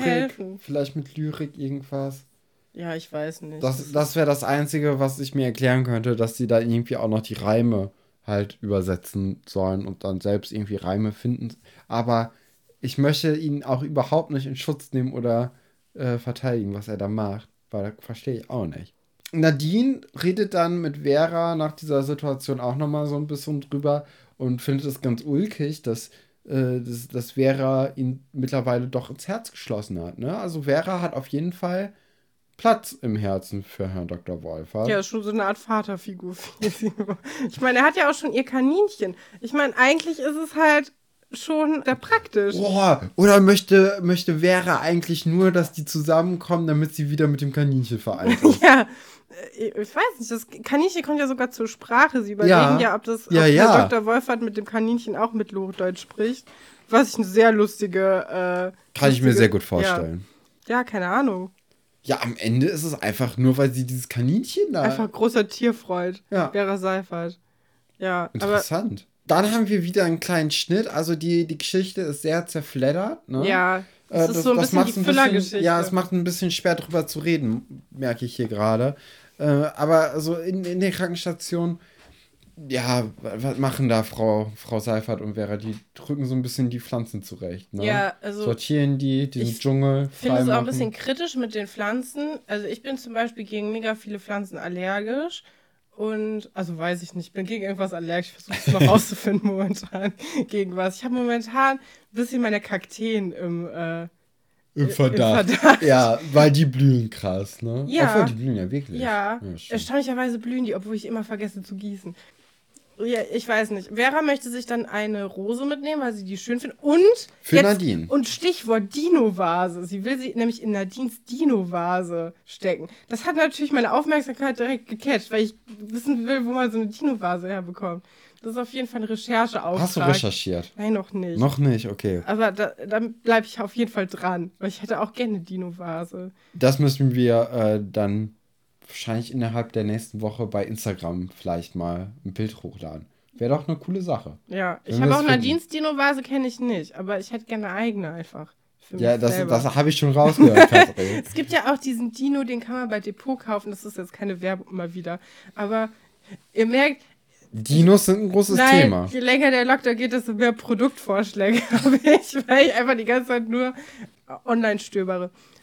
mit Lyrik irgendwas. Ja, ich weiß nicht. Das wäre das Einzige, was ich mir erklären könnte, dass sie da irgendwie auch noch die Reime halt übersetzen sollen und dann selbst irgendwie Reime finden. Aber ich möchte ihn auch überhaupt nicht in Schutz nehmen oder verteidigen, was er da macht, weil das verstehe ich auch nicht. Nadine redet dann mit Vera nach dieser Situation auch nochmal so ein bisschen drüber und findet es ganz ulkig, dass Vera ihn mittlerweile doch ins Herz geschlossen hat. Ne? Also Vera hat auf jeden Fall Platz im Herzen für Herrn Dr. Wolfert. Ja, ist schon so eine Art Vaterfigur. Ich meine, er hat ja auch schon ihr Kaninchen. Ich meine, eigentlich ist es halt schon sehr praktisch. Boah, oder möchte Vera eigentlich nur, dass die zusammenkommen, damit sie wieder mit dem Kaninchen vereint ist? Ja, ich weiß nicht, das Kaninchen kommt ja sogar zur Sprache. Sie überlegen ob Herr Dr. Wolfert mit dem Kaninchen auch Mittelhochdeutsch spricht. Was ich eine sehr lustige... Kann ich mir sehr gut vorstellen. Ja, keine Ahnung. Ja, am Ende ist es einfach nur, weil sie dieses Kaninchen da... Einfach großer Tierfreund. Ja. Vera Seifert. Ja, interessant. Dann haben wir wieder einen kleinen Schnitt. Also die Geschichte ist sehr zerfleddert. Ne? Ja, das ist so ein bisschen die Füllergeschichte. Ja, es macht ein bisschen schwer drüber zu reden, merke ich hier gerade. Aber so in der Krankenstation, ja, was machen da Frau Seifert und Vera? Die drücken so ein bisschen die Pflanzen zurecht. Ne? Ja, also sortieren den Dschungel. Ich finde es auch ein bisschen kritisch mit den Pflanzen. Also ich bin zum Beispiel gegen mega viele Pflanzen allergisch. Und, also weiß ich nicht, ich bin gegen irgendwas allergisch. Ich versuche es noch rauszufinden momentan, gegen was. Ich habe momentan ein bisschen meine Kakteen im Verdacht. Ja, weil die blühen krass, ne? Ja. Obwohl, die blühen ja wirklich. Ja, erstaunlicherweise blühen die, obwohl ich immer vergesse zu gießen. Ja, ich weiß nicht. Vera möchte sich dann eine Rose mitnehmen, weil sie die schön findet. Und für Nadine. Und Stichwort Dino-Vase. Sie will sie nämlich in Nadines Dino-Vase stecken. Das hat natürlich meine Aufmerksamkeit direkt gecatcht, weil ich wissen will, wo man so eine Dino-Vase herbekommt. Das ist auf jeden Fall ein Rechercheauftrag. Hast du recherchiert? Nein, noch nicht. Noch nicht, okay. Aber dann bleibe ich auf jeden Fall dran, weil ich hätte auch gerne eine Dino-Vase. Das müssen wir dann wahrscheinlich innerhalb der nächsten Woche bei Instagram vielleicht mal ein Bild hochladen. Wäre doch eine coole Sache. Ja, ich habe auch Nadines Dino-Vase, kenne ich nicht, aber ich hätte gerne eine eigene einfach. Ja, das habe ich schon rausgehört, Katrin. Es gibt ja auch diesen Dino, den kann man bei Depot kaufen, das ist jetzt keine Werbung mal wieder, aber ihr merkt... Dinos sind ein großes Thema. Je länger der Lockdown geht, desto mehr Produktvorschläge habe ich, weil ich einfach die ganze Zeit nur online stöbere.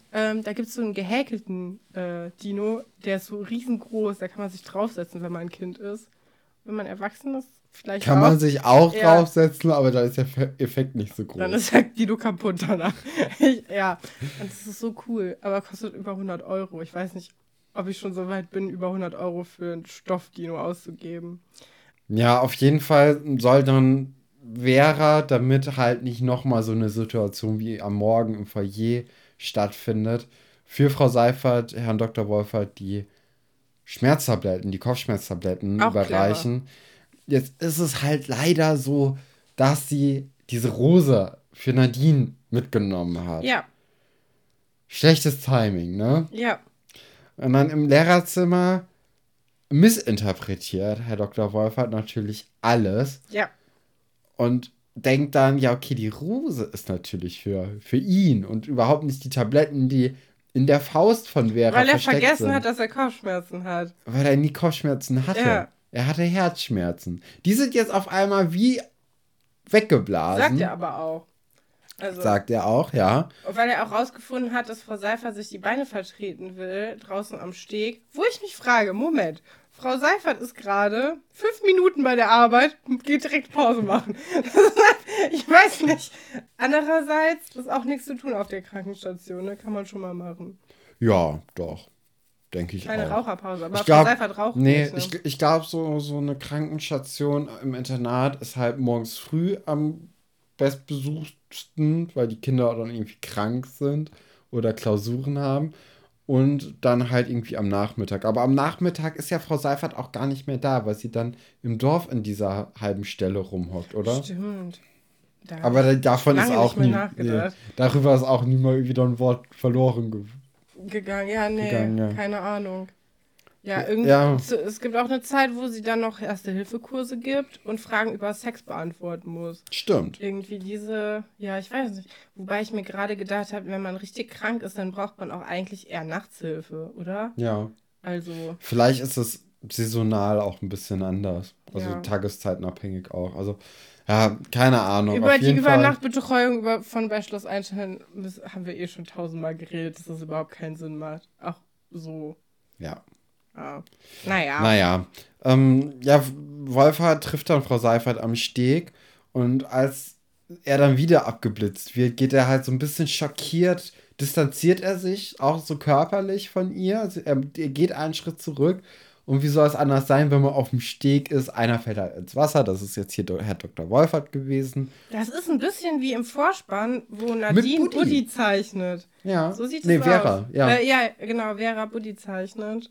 Da gibt es so einen gehäkelten Dino, der ist so riesengroß, da kann man sich draufsetzen, wenn man ein Kind ist. Wenn man erwachsen ist, vielleicht Kann auch. man sich auch Ja. draufsetzen, aber da ist der Effekt nicht so groß. Dann ist der Dino kaputt danach. Ja, und das ist so cool, aber kostet über 100 Euro. Ich weiß nicht, ob ich schon so weit bin, über 100 Euro für ein Stoffdino auszugeben. Ja, auf jeden Fall soll dann Vera, damit halt nicht nochmal so eine Situation wie am Morgen im Foyer stattfindet, für Frau Seifert, Herrn Dr. Wolfert, die Schmerztabletten, die Kopfschmerztabletten Auch überreichen. Jetzt ist es halt leider so, dass sie diese Rose für Nadine mitgenommen hat. Ja, Schlechtes Timing, ne? ja, Und dann im Lehrerzimmer missinterpretiert Herr Dr. Wolfert natürlich alles ja. und denkt dann, ja, okay, die Rose ist natürlich für ihn und überhaupt nicht die Tabletten, die in der Faust von Vera Weil er versteckt vergessen sind. hat, dass er Kopfschmerzen hat. Weil er nie Kopfschmerzen hatte. Ja. Er hatte Herzschmerzen. Die sind jetzt auf einmal wie weggeblasen. Sagt er aber auch. Also, Sagt er auch, ja. weil er auch rausgefunden hat, dass Frau Seifert sich die Beine vertreten will, draußen am Steg. Wo ich mich frage, Moment, Frau Seifert ist gerade 5 Minuten bei der Arbeit und geht direkt Pause machen. Ich weiß nicht. Andererseits ist auch nichts zu tun auf der Krankenstation, ne? Kann man schon mal machen. Ja, doch. Denke ich Keine auch. Raucherpause, aber Ich Frau glaub, Seifert raucht Nee, nicht. Ne? ich glaube, so eine Krankenstation im Internat ist halt morgens früh am bestbesuchtsten, weil die Kinder dann irgendwie krank sind oder Klausuren haben. Und dann halt irgendwie am Nachmittag. Aber am Nachmittag ist ja Frau Seifert auch gar nicht mehr da, weil sie dann im Dorf in dieser halben Stelle rumhockt, oder? Stimmt. Da Aber davon ist lange auch nicht mehr nie. Nee, nachgedacht. darüber ist auch nie mal wieder ein Wort verloren Gegangen. Ja, nee, gegangen. Ja. keine Ahnung. Ja, irgendwie, Ja. es gibt auch eine Zeit, wo sie dann noch Erste-Hilfe-Kurse gibt und Fragen über Sex beantworten muss. Stimmt. Irgendwie diese, ja, ich weiß nicht. Wobei ich mir gerade gedacht habe, wenn man richtig krank ist, dann braucht man auch eigentlich eher Nachtshilfe, oder? Ja. Also, Vielleicht ist es saisonal auch ein bisschen anders. Also Ja. tageszeitenabhängig auch. Also, ja, keine Ahnung. über Auf die jeden Fall. Übernachtbetreuung von bei Schloss Einstein haben wir eh schon 1000-mal geredet, dass das überhaupt keinen Sinn macht. Auch so. Ja. Ja. Naja. Naja. Ja, Wolfhard trifft dann Frau Seifert am Steg und als er dann wieder abgeblitzt wird, geht er halt so ein bisschen schockiert, distanziert er sich auch so körperlich von ihr. Also er geht einen Schritt zurück. Und wie soll es anders sein, wenn man auf dem Steg ist? Einer fällt halt ins Wasser. Das ist jetzt hier Herr Dr. Wolfert gewesen. Das ist ein bisschen wie im Vorspann, wo Nadine Buddy zeichnet. Ja. So sieht es Nee, aus. Vera, ja. Ja, genau, Vera Buddy zeichnet.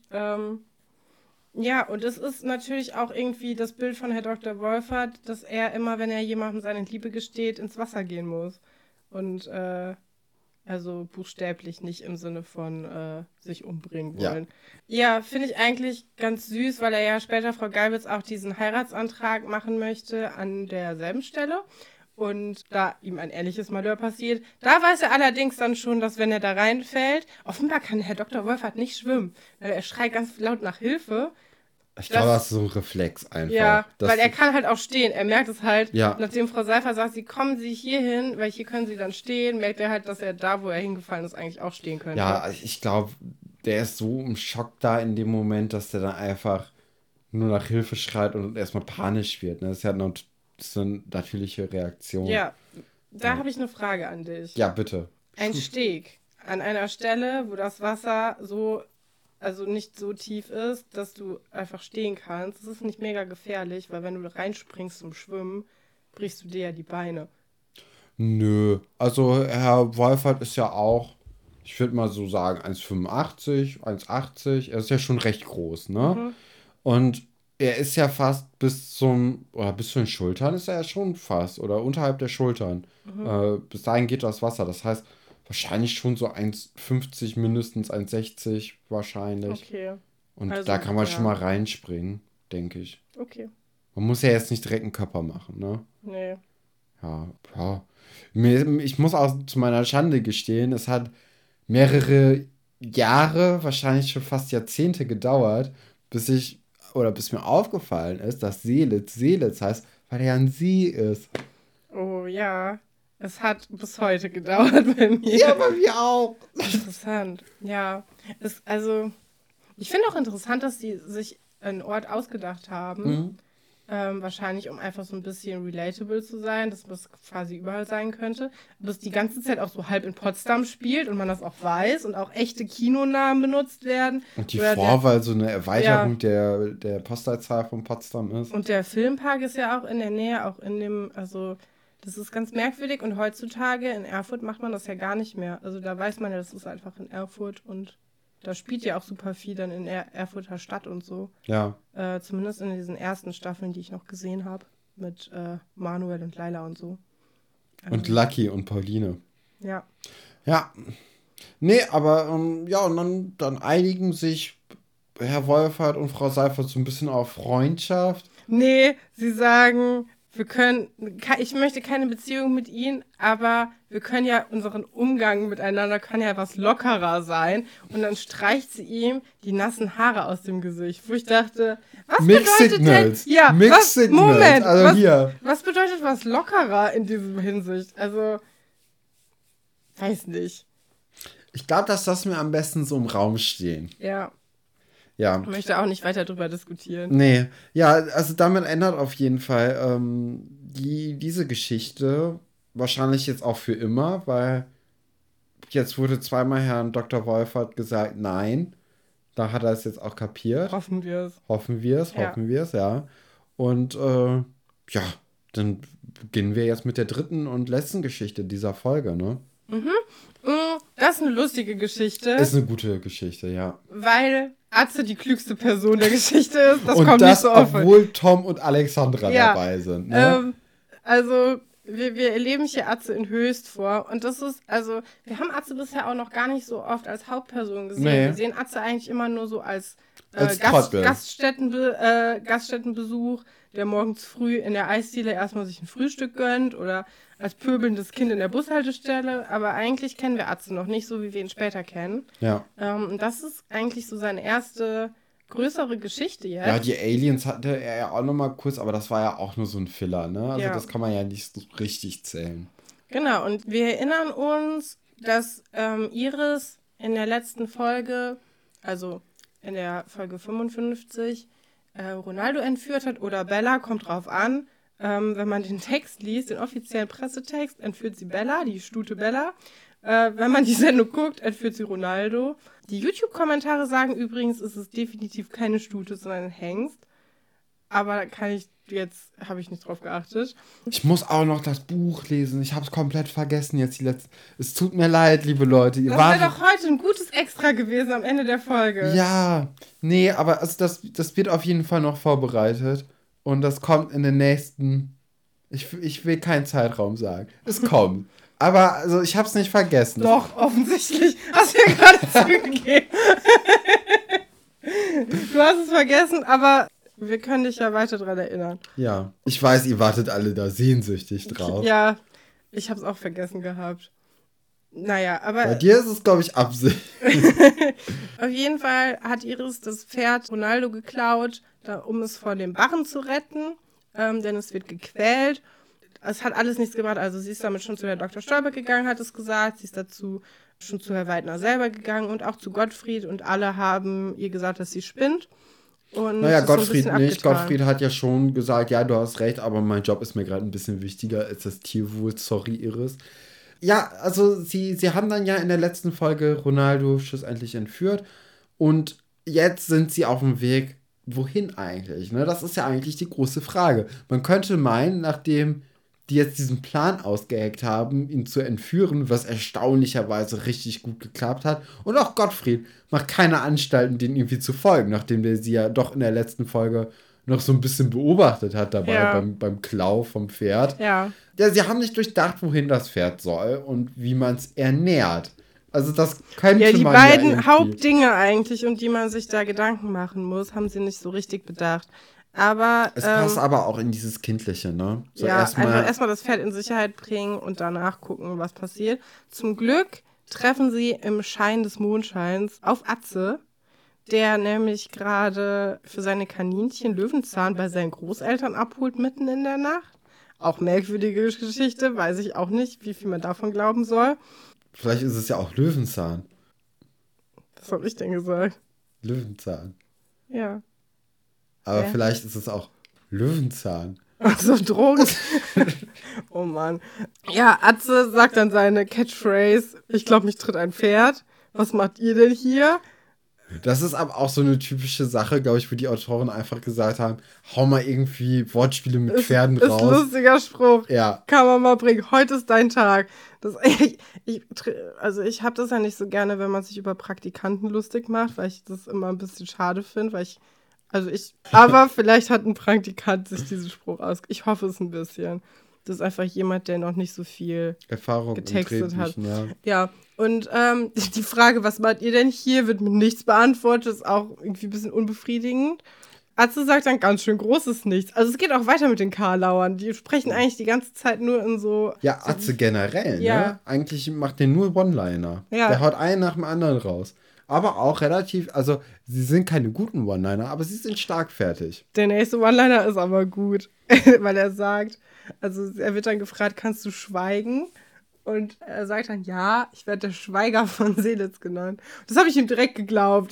Ja, und es ist natürlich auch irgendwie das Bild von Herr Dr. Wolfert, dass er immer, wenn er jemandem seine Liebe gesteht, ins Wasser gehen muss. Und also buchstäblich nicht im Sinne von sich umbringen wollen. Ja, finde ich eigentlich ganz süß, weil er ja später Frau Geibitz auch diesen Heiratsantrag machen möchte an derselben Stelle. Und da ihm ein ähnliches Malheur passiert, da weiß er allerdings dann schon, dass wenn er da reinfällt, offenbar kann Herr Dr. Wolfert nicht schwimmen. Weil er schreit ganz laut nach Hilfe. Ich glaube, das ist so ein Reflex einfach. Ja, Das- weil er kann halt auch stehen. Er merkt es halt, Ja. nachdem Frau Seifer sagt, sie kommen Sie hier hin, weil hier können Sie dann stehen, merkt er halt, dass er da, wo er hingefallen ist, eigentlich auch stehen könnte. Ja, ich glaube, der ist so im Schock da in dem Moment, dass der dann einfach nur nach Hilfe schreit und erstmal panisch wird. Ne? Das ist ja so eine natürliche Reaktion. Ja, da habe ich eine Frage an dich. Ja, bitte. Ein Steg an einer Stelle, wo das Wasser so, also nicht so tief ist, dass du einfach stehen kannst. Das ist nicht mega gefährlich, weil wenn du reinspringst zum Schwimmen, brichst du dir ja die Beine. Nö. Also Herr Wolfert ist ja auch, ich würde mal so sagen, 1,85, 1,80. Er ist ja schon recht groß, ne? Und er ist ja fast bis zu den Schultern ist er ja schon fast. Oder unterhalb der Schultern. Bis dahin geht das Wasser. Das heißt, wahrscheinlich schon so 1,50, mindestens 1,60 wahrscheinlich. Okay, Und Also, da kann man ja. schon mal reinspringen, denke ich. okay. Man muss ja jetzt nicht direkt einen Körper machen, ne? Nee. Ja. Ich muss auch zu meiner Schande gestehen, es hat mehrere Jahre, wahrscheinlich schon fast Jahrzehnte gedauert, bis mir aufgefallen ist, dass Seelitz heißt, weil er ja ein See ist. Oh ja. Es hat bis heute gedauert bei mir. Ja, bei mir auch. Interessant. Ja. Also, ich finde auch interessant, dass die sich einen Ort ausgedacht haben. Mhm. Wahrscheinlich, um einfach so ein bisschen relatable zu sein, dass das quasi überall sein könnte. Aber es die ganze Zeit auch so halb in Potsdam spielt und man das auch weiß und auch echte Kinonamen benutzt werden. Und die Oder Vorwahl so eine Erweiterung der Postleitzahl von Potsdam ist. und der Filmpark ist ja auch in der Nähe, auch in dem, also das ist ganz merkwürdig und heutzutage in Erfurt macht man das ja gar nicht mehr. Also da weiß man ja, das ist einfach in Erfurt und da spielt ja auch super viel dann in Erfurter Stadt und so. Ja. Zumindest in diesen ersten Staffeln, die ich noch gesehen habe, mit Manuel und Laila und so. Und Lucky und Pauline. Ja. Ja. Nee, aber ja, und dann einigen sich Herr Wolfert und Frau Seifert so ein bisschen auf Freundschaft. Nee, sie sagen, ich möchte keine Beziehung mit ihnen, aber wir können ja, unseren Umgang miteinander kann ja was lockerer sein. Und dann streicht sie ihm die nassen Haare aus dem Gesicht, wo ich dachte, was Mixed bedeutet Signals. denn? Ja, Mixed Signals. Moment, Also hier. was bedeutet was lockerer in diesem Hinsicht? Also, weiß nicht. Ich glaube, dass das mir am besten so im Raum stehen. Ja. Ja. Ich möchte auch nicht weiter drüber diskutieren. Nee. Ja, also damit ändert auf jeden Fall diese Geschichte wahrscheinlich jetzt auch für immer, weil jetzt wurde zweimal Herrn Dr. Wolfert gesagt, nein. Da hat er es jetzt auch kapiert. Hoffen wir es. Hoffen wir es, ja. Und ja, dann beginnen wir jetzt mit der dritten und letzten Geschichte dieser Folge, ne? Das ist eine lustige Geschichte. Ist eine gute Geschichte, ja. Weil Atze die klügste Person der Geschichte ist. Das und kommt das, nicht so oft. obwohl Tom und Alexandra dabei sind. Ne? Also, wir erleben hier Atze in Höchst vor. Und das ist, also, wir haben Atze bisher auch noch gar nicht so oft als Hauptperson gesehen. Nee. Wir sehen Atze eigentlich immer nur so als Trottel. Gaststättenbesuch, der morgens früh in der Eisdiele erstmal sich ein Frühstück gönnt oder als pöbelndes Kind in der Bushaltestelle. Aber eigentlich kennen wir Atze noch nicht, so wie wir ihn später kennen. Ja. Und das ist eigentlich so seine erste größere Geschichte jetzt. Ja, die Aliens hatte er ja auch noch mal kurz, aber das war ja auch nur so ein Filler, ne? Also das kann man ja nicht so richtig zählen. Genau, und wir erinnern uns, dass Iris in der letzten Folge, also in der Folge 55, Ronaldo entführt hat oder Bella, kommt drauf an. Wenn man den Text liest, den offiziellen Pressetext, entführt sie Bella, die Stute Bella. Wenn man die Sendung guckt, entführt sie Ronaldo. Die YouTube-Kommentare sagen übrigens, es ist definitiv keine Stute, sondern ein Hengst. Aber habe ich nicht drauf geachtet. Ich muss auch noch das Buch lesen. Ich habe es komplett vergessen jetzt die letzten. Es tut mir leid, liebe Leute. Das wäre doch heute ein gutes Extra gewesen am Ende der Folge. Ja, nee, aber also das wird auf jeden Fall noch vorbereitet. Und das kommt in den nächsten. Ich will keinen Zeitraum sagen. Es kommt. Aber also ich habe es nicht vergessen. Doch, offensichtlich. Hast du ja gerade zugegeben. Du hast es vergessen, aber wir können dich ja weiter daran erinnern. Ja, ich weiß, ihr wartet alle da sehnsüchtig drauf. Ja, ich habe es auch vergessen gehabt. Naja, aber... Bei dir ist es, glaube ich, Absicht. Auf jeden Fall hat Iris das Pferd Ronaldo geklaut, um es vor dem Barren zu retten, denn es wird gequält. Es hat alles nichts gebracht, also sie ist damit schon zu Herrn Dr. Stolberg gegangen, hat es gesagt, sie ist dazu schon zu Herr Weidner selber gegangen und auch zu Gottfried und alle haben ihr gesagt, dass sie spinnt. Und naja, Gottfried so nicht. Gottfried hat ja schon gesagt, ja, du hast recht, aber mein Job ist mir gerade ein bisschen wichtiger als das Tierwohl. Sorry, Iris. Ja, also sie haben dann ja in der letzten Folge Ronaldo schlussendlich entführt und jetzt sind sie auf dem Weg, wohin eigentlich? Ne? Das ist ja eigentlich die große Frage. Man könnte meinen, nachdem die jetzt diesen Plan ausgeheckt haben, ihn zu entführen, was erstaunlicherweise richtig gut geklappt hat. Und auch Gottfried macht keine Anstalten, denen irgendwie zu folgen, nachdem der sie ja doch in der letzten Folge noch so ein bisschen beobachtet hat dabei beim Klau vom Pferd. Ja, sie haben nicht durchdacht, wohin das Pferd soll und wie man es ernährt. Also das könnte man die beiden Hauptdinge eigentlich, um die man sich da Gedanken machen muss, haben sie nicht so richtig bedacht. Aber es passt aber auch in dieses Kindliche, ne? So erstmal das Pferd in Sicherheit bringen und danach gucken, was passiert. Zum Glück treffen sie im Schein des Mondscheins auf Atze, der nämlich gerade für seine Kaninchen Löwenzahn bei seinen Großeltern abholt, mitten in der Nacht. Auch merkwürdige Geschichte, weiß ich auch nicht, wie viel man davon glauben soll. Vielleicht ist es ja auch Löwenzahn. Was habe ich denn gesagt? Löwenzahn. Ja. Aber vielleicht ist es auch Löwenzahn. Ach so, Drogen. Oh Mann. Ja, Atze sagt dann seine Catchphrase, ich glaube, mich tritt ein Pferd. Was macht ihr denn hier? Das ist aber auch so eine typische Sache, glaube ich, wo die Autoren einfach gesagt haben, hau mal irgendwie Wortspiele mit Pferden raus. Ist ein lustiger Spruch. Ja. Kann man mal bringen. Heute ist dein Tag. Ich habe das ja nicht so gerne, wenn man sich über Praktikanten lustig macht, weil ich das immer ein bisschen schade finde, aber vielleicht hat ein Praktikant sich diesen Spruch ich hoffe es ein bisschen. Das ist einfach jemand, der noch nicht so viel Erfahrung getextet hat. Ja. Ja, und die Frage, was macht ihr denn hier, wird mit nichts beantwortet, ist auch irgendwie ein bisschen unbefriedigend. Atze sagt dann ganz schön großes Nichts. Also es geht auch weiter mit den Karlauern. Die sprechen eigentlich die ganze Zeit nur in so... Ja, Atze generell, ja. Ne? Eigentlich macht der nur One-Liner. Ja. Der haut einen nach dem anderen raus. Aber auch relativ, also sie sind keine guten One-Liner, aber sie sind stark fertig. Der nächste One-Liner ist aber gut, weil er sagt, also er wird dann gefragt, kannst du schweigen? Und er sagt dann, ja, ich werde der Schweiger von Seelitz genannt. Das habe ich ihm direkt geglaubt.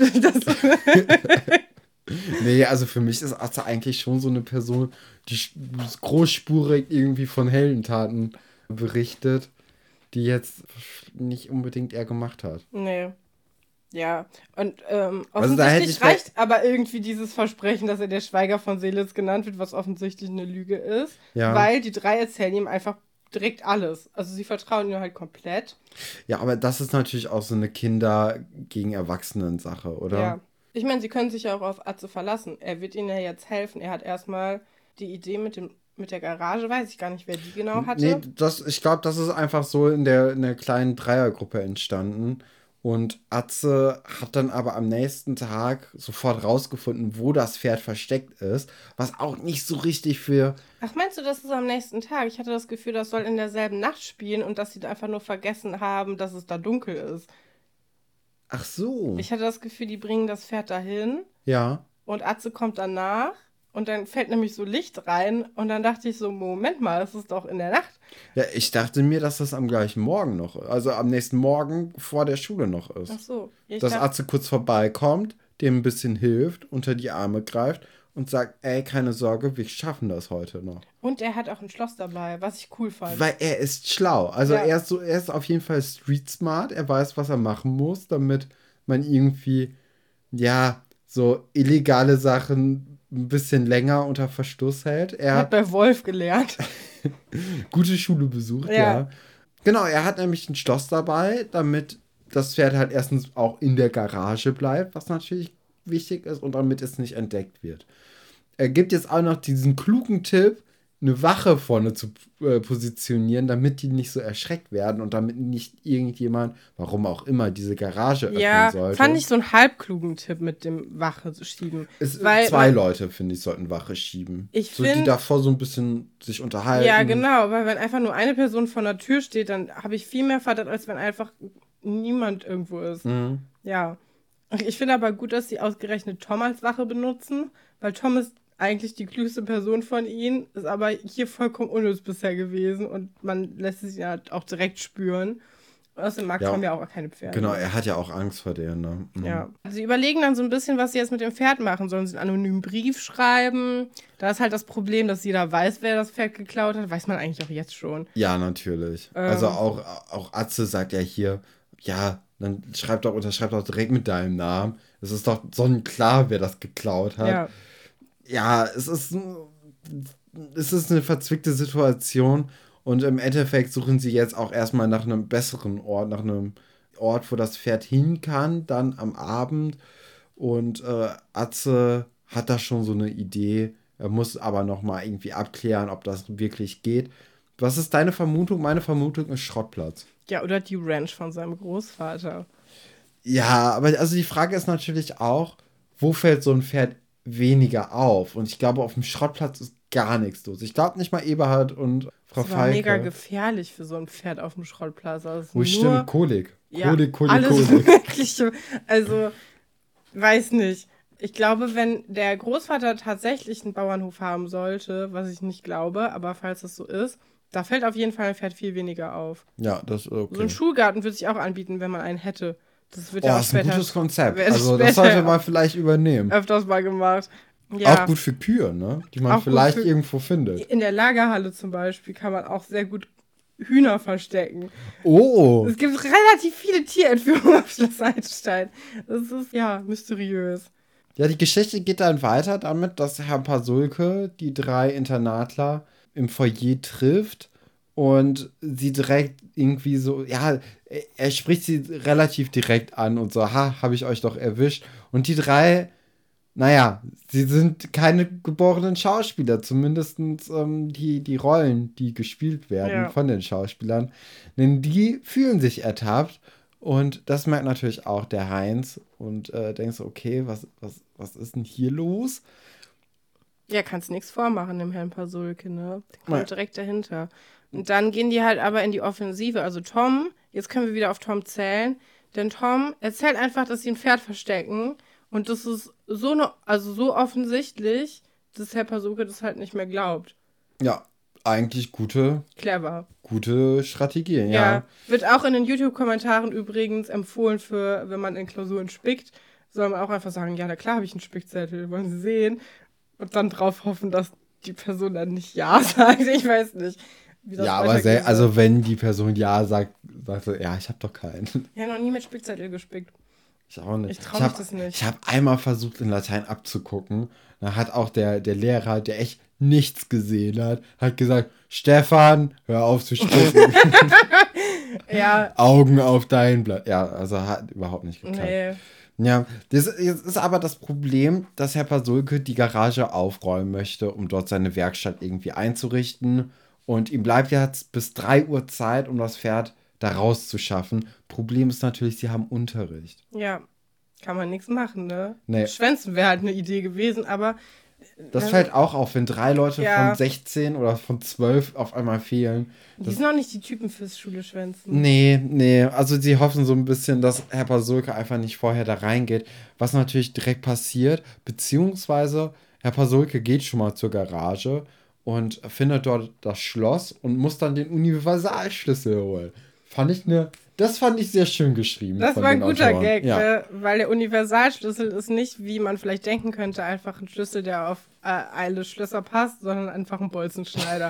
Nee, also für mich ist Atze eigentlich schon so eine Person, die großspurig irgendwie von Heldentaten berichtet, die jetzt nicht unbedingt er gemacht hat. Nee. Ja, und Also da hätte offensichtlich reicht aber irgendwie dieses Versprechen, dass er der Schweiger von Seelitz genannt wird, was offensichtlich eine Lüge ist, weil die drei erzählen ihm einfach direkt alles. Also sie vertrauen ihm halt komplett. Ja, aber das ist natürlich auch so eine Kinder- gegen Erwachsenen-Sache, oder? Ja. Ich meine, sie können sich ja auch auf Atze verlassen. Er wird ihnen ja jetzt helfen. Er hat erstmal die Idee mit der Garage, weiß ich gar nicht, wer die genau hatte. Nee, ich glaube, das ist einfach so in der kleinen Dreiergruppe entstanden. Und Atze hat dann aber am nächsten Tag sofort rausgefunden, wo das Pferd versteckt ist, was auch nicht so richtig für... Ach, meinst du, das ist am nächsten Tag? Ich hatte das Gefühl, das soll in derselben Nacht spielen und dass sie da einfach nur vergessen haben, dass es da dunkel ist. Ach so. Ich hatte das Gefühl, die bringen das Pferd dahin. Ja. Und Atze kommt danach. Und dann fällt nämlich so Licht rein. Und dann dachte ich so, Moment mal, das ist doch in der Nacht. Ja, ich dachte mir, dass das am gleichen Morgen noch, also am nächsten Morgen vor der Schule noch ist. Ach so. Dass Atze kurz vorbeikommt, dem ein bisschen hilft, unter die Arme greift und sagt, ey, keine Sorge, wir schaffen das heute noch. Und er hat auch ein Schloss dabei, was ich cool fand. Weil er ist schlau. Also er ist auf jeden Fall street smart. Er weiß, was er machen muss, damit man irgendwie, ja, so illegale Sachen ein bisschen länger unter Verschluss hält. Er hat bei Wolf gelernt. Gute Schule besucht, ja. Genau, er hat nämlich ein Schloss dabei, damit das Pferd halt erstens auch in der Garage bleibt, was natürlich wichtig ist, und damit es nicht entdeckt wird. Er gibt jetzt auch noch diesen klugen Tipp, eine Wache vorne zu positionieren, damit die nicht so erschreckt werden und damit nicht irgendjemand, warum auch immer, diese Garage öffnen sollte. Ja, fand ich so einen halbklugen Tipp mit dem Wache schieben. Zwei Leute, finde ich, sollten Wache schieben. Die davor so ein bisschen sich unterhalten. Ja, genau, weil wenn einfach nur eine Person vor der Tür steht, dann habe ich viel mehr Verdacht, als wenn einfach niemand irgendwo ist. Mhm. Ja. Ich finde aber gut, dass sie ausgerechnet Tom als Wache benutzen, weil Tom ist eigentlich die klügste Person von ihnen, ist aber hier vollkommen unnütz bisher gewesen und man lässt es ja auch direkt spüren. Außerdem mag Tom ja auch keine Pferde. Genau, er hat ja auch Angst vor denen. Ne? Mhm. Ja. Also sie überlegen dann so ein bisschen, was sie jetzt mit dem Pferd machen. Sollen sie einen anonymen Brief schreiben? Da ist halt das Problem, dass jeder weiß, wer das Pferd geklaut hat. Weiß man eigentlich auch jetzt schon. Ja, natürlich. Also auch Atze sagt ja hier, ja, dann unterschreib doch direkt mit deinem Namen. Es ist doch sonnenklar, wer das geklaut hat. Ja, es ist eine verzwickte Situation und im Endeffekt suchen sie jetzt auch erstmal nach einem besseren Ort, nach einem Ort, wo das Pferd hin kann, dann am Abend, und Atze hat da schon so eine Idee, er muss aber nochmal irgendwie abklären, ob das wirklich geht. Was ist deine Vermutung? Meine Vermutung ist Schrottplatz. Ja, oder die Ranch von seinem Großvater. Ja, aber also die Frage ist natürlich auch, wo fällt so ein Pferd weniger auf? Und ich glaube, auf dem Schrottplatz ist gar nichts los. Ich glaube nicht mal Eberhard und Frau Falke. Das war mega gefährlich für so ein Pferd auf dem Schrottplatz. Also stimmt, Kolik. Kolik. Mögliche. Also, weiß nicht. Ich glaube, wenn der Großvater tatsächlich einen Bauernhof haben sollte, was ich nicht glaube, aber falls das so ist, da fällt auf jeden Fall ein Pferd viel weniger auf. Ja, das ist okay. So ein Schulgarten würde sich auch anbieten, wenn man einen hätte. Das wird Oh, ja auch das ist ein später, gutes Konzept. wird Also das später sollte man vielleicht übernehmen. öfters mal gemacht. Ja, Auch gut für Kühe, ne? Die man Auch gut vielleicht für- irgendwo findet. in der Lagerhalle zum Beispiel kann man auch sehr gut Hühner verstecken. Oh, Es gibt relativ viele Tierentführungen auf Schloss Einstein. Das ist, ja, mysteriös. ja, die Geschichte geht dann weiter damit, dass Herr Pasulke die 3 Internatler im Foyer trifft und sie direkt irgendwie so, ja, er spricht sie relativ direkt an und so, ha, habe ich euch doch erwischt. Und die 3, naja, sie sind keine geborenen Schauspieler, zumindest die Rollen, die gespielt werden Ja. von den Schauspielern, denn die fühlen sich ertappt und das merkt natürlich auch der Heinz und denkst so, okay, was ist denn hier los? Ja, kannst nichts vormachen dem Herrn Pasulke, ne? Der kommt Ja. direkt dahinter. Und dann gehen die halt aber in die Offensive. Also Tom, jetzt können wir wieder auf Tom zählen, denn Tom erzählt einfach, dass sie ein Pferd verstecken und das ist so offensichtlich, dass Herr Pasulke das halt nicht mehr glaubt. Ja, eigentlich gute Strategie, ja. Ja, wird auch in den YouTube-Kommentaren übrigens empfohlen für, wenn man in Klausuren spickt, soll man auch einfach sagen, ja, na klar habe ich einen Spickzettel, wollen Sie sehen? Und dann drauf hoffen, dass die Person dann nicht Ja sagt. Ich weiß nicht, wie das Ja, aber weitergehen soll. also wenn die Person ja sagt, sagt sie, ja, ich habe doch keinen. Ja, noch nie mit Spickzettel gespickt. Ich auch nicht. Ich trau mich das nicht. Ich habe einmal versucht, in Latein abzugucken. Da hat auch der Lehrer, der echt nichts gesehen hat gesagt, Stefan, hör auf zu spucken. Ja, Augen auf dein Blatt. Ja, also hat überhaupt nicht geklappt. nee. Ja, das ist aber das Problem, dass Herr Pasulke die Garage aufräumen möchte, um dort seine Werkstatt irgendwie einzurichten. Und ihm bleibt jetzt bis 3 Uhr Zeit, um das Pferd da rauszuschaffen. Problem ist natürlich, sie haben Unterricht. Ja, kann man nichts machen, ne? Nee. Schwänzen wäre halt eine Idee gewesen, aber Das fällt auch auf, wenn 3 Leute Ja. von 16 oder von 12 auf einmal fehlen. die sind auch nicht die Typen fürs Schule schwänzen. Nee, also sie hoffen so ein bisschen, dass Herr Pasulke einfach nicht vorher da reingeht, was natürlich direkt passiert, beziehungsweise Herr Pasulke geht schon mal zur Garage und findet dort das Schloss und muss dann den Universalschlüssel holen. Das fand ich sehr schön geschrieben. Das von war ein den guter Autoren. Gag, Ja. ne? Weil der Universalschlüssel ist nicht, wie man vielleicht denken könnte, einfach ein Schlüssel, der auf alle Schlösser passt, sondern einfach ein Bolzenschneider.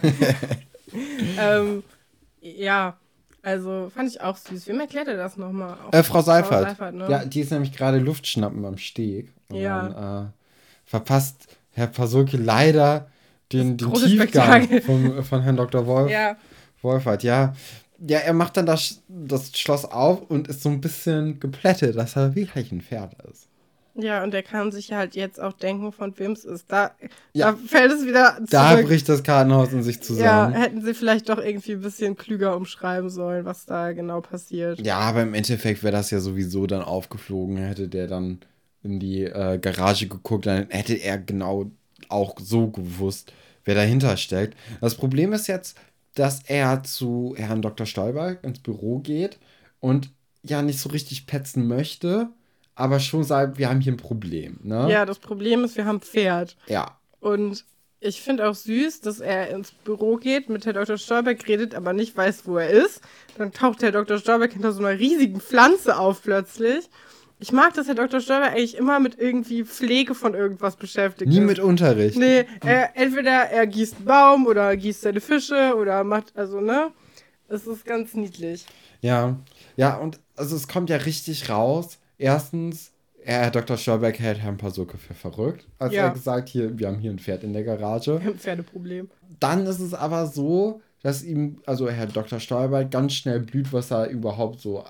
Ja, also fand ich auch süß. Wem erklärt er das nochmal? Frau Seifert. Ne? Ja, die ist nämlich gerade Luftschnappen am Steg. Und Ja. dann verpasst Herr Pasulke leider den große Tiefgang Spektakel. von Herrn Dr. Ja, Wolfert. Ja, er macht dann das Schloss auf und ist so ein bisschen geplättet, dass er wirklich ein Pferd ist. ja, und er kann sich halt jetzt auch denken, von wem es ist. Da Ja. fällt es wieder zurück. Da bricht das Kartenhaus in sich Ja, zusammen. hätten sie vielleicht doch irgendwie ein bisschen klüger umschreiben sollen, was da genau passiert. Ja, aber im Endeffekt wäre das ja sowieso dann aufgeflogen. Hätte der dann in die Garage geguckt, dann hätte er genau auch so gewusst, wer dahinter steckt. Das Problem ist jetzt, dass er zu Herrn Dr. Stolberg ins Büro geht und ja nicht so richtig petzen möchte, aber schon sagt, wir haben hier ein Problem. Ne? Ja, das Problem ist, wir haben Pferd. Ja. Und ich finde auch süß, dass er ins Büro geht, mit Herr Dr. Stolberg redet, aber nicht weiß, wo er ist. Dann taucht Herr Dr. Stolberg hinter so einer riesigen Pflanze auf plötzlich. Ich mag, dass Herr Dr. Stolberg eigentlich immer mit irgendwie Pflege von irgendwas beschäftigt Nie ist. mit Unterricht. Nee, entweder er gießt einen Baum oder gießt seine Fische oder macht, also, ne? Es ist ganz niedlich. Ja, und also es kommt ja richtig raus. Erstens, Herr Dr. Stolberg hält Herrn Pasulke für verrückt, als Ja. er gesagt, wir haben hier ein Pferd in der Garage. Wir haben ein Pferdeproblem. Dann ist es aber so, dass ihm, also Herr Dr. Stolberg ganz schnell blüht, was er überhaupt so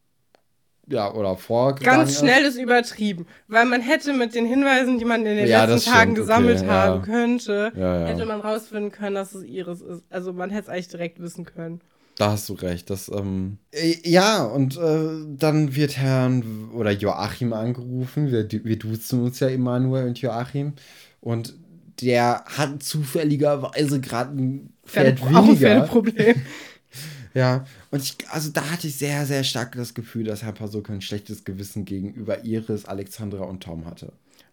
oder vorgegangen Ganz schnell ist übertrieben, weil man hätte mit den Hinweisen, die man in den Ja, letzten das Tagen stimmt, gesammelt okay, haben ja. könnte, Ja. hätte man rausfinden können, dass es Iris ist. Also man hätte es eigentlich direkt wissen können. Da hast du recht. Ja, und dann wird Herrn oder Joachim angerufen. Wir duzen uns ja Emanuel und Joachim. Und der hat zufälligerweise gerade ein Pferd Auch ein weniger. Pferdeproblem. Ja, und also da hatte ich sehr, sehr stark das Gefühl, dass Herr Pasulke ein schlechtes Gewissen gegenüber Iris, Alexandra und Tom hatte.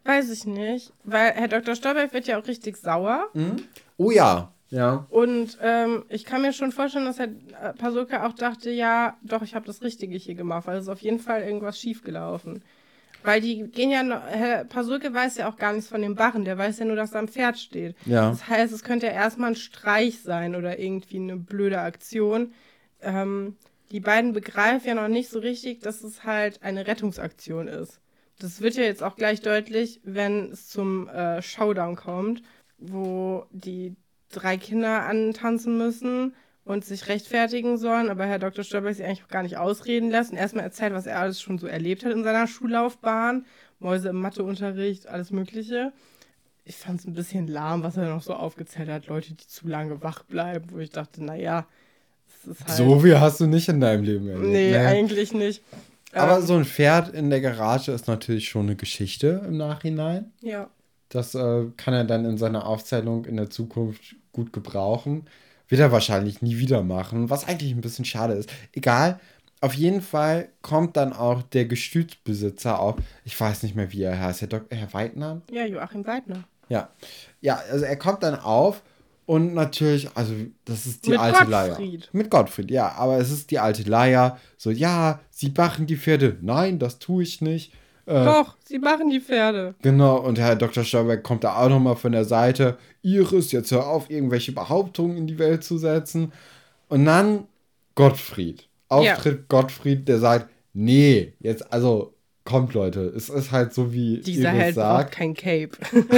Weiß ich nicht, weil Herr Dr. Stolberg wird ja auch richtig sauer. Oh ja. Ja. Und ich kann mir schon vorstellen, dass Herr Pasulka auch dachte, ja, doch, ich habe das Richtige hier gemacht, weil es ist auf jeden Fall irgendwas schiefgelaufen. Weil die gehen ja noch, Herr Pasulke weiß ja auch gar nichts von dem Barren, der weiß ja nur, dass er am Pferd steht. Ja. Das heißt, es könnte ja erstmal ein Streich sein oder irgendwie eine blöde Aktion. Die beiden begreifen ja noch nicht so richtig, dass es halt eine Rettungsaktion ist. Das wird ja jetzt auch gleich deutlich, wenn es zum Showdown kommt, wo die 3 Kinder antanzen müssen und sich rechtfertigen sollen, aber Herr Dr. Stolberg sie eigentlich gar nicht ausreden lässt und erstmal erzählt, was er alles schon so erlebt hat in seiner Schullaufbahn. Mäuse im Matheunterricht, alles Mögliche. Ich fand es ein bisschen lahm, was er noch so aufgezählt hat. Leute, die zu lange wach bleiben, wo ich dachte, naja, es ist halt... So viel hast du nicht in deinem Leben erlebt. Nee, eigentlich nicht. Aber so ein Pferd in der Garage ist natürlich schon eine Geschichte im Nachhinein. Ja. Das kann er dann in seiner Aufzählung in der Zukunft gut gebrauchen. Wird er wahrscheinlich nie wieder machen, was eigentlich ein bisschen schade ist. Egal, auf jeden Fall kommt dann auch der Gestütsbesitzer auf. Ich weiß nicht mehr, wie er heißt. Herr Weidner? Ja, Joachim Weidner. Ja. Ja, also er kommt dann auf und natürlich, also das ist die Mit alte Gottfried. Leier. Mit Gottfried, ja. Aber es ist die alte Leier. So, ja, Sie machen die Pferde. Nein, das tue ich nicht. Doch, sie machen die Pferde. Genau, und Herr Dr. Stolberg kommt da auch nochmal von der Seite. Iris, jetzt hör auf, irgendwelche Behauptungen in die Welt zu setzen. Und dann Gottfried. Auftritt Gottfried, der sagt, nee, jetzt, also, kommt Leute, es ist halt so, wie Dieser Iris Held sagt. braucht kein Cape.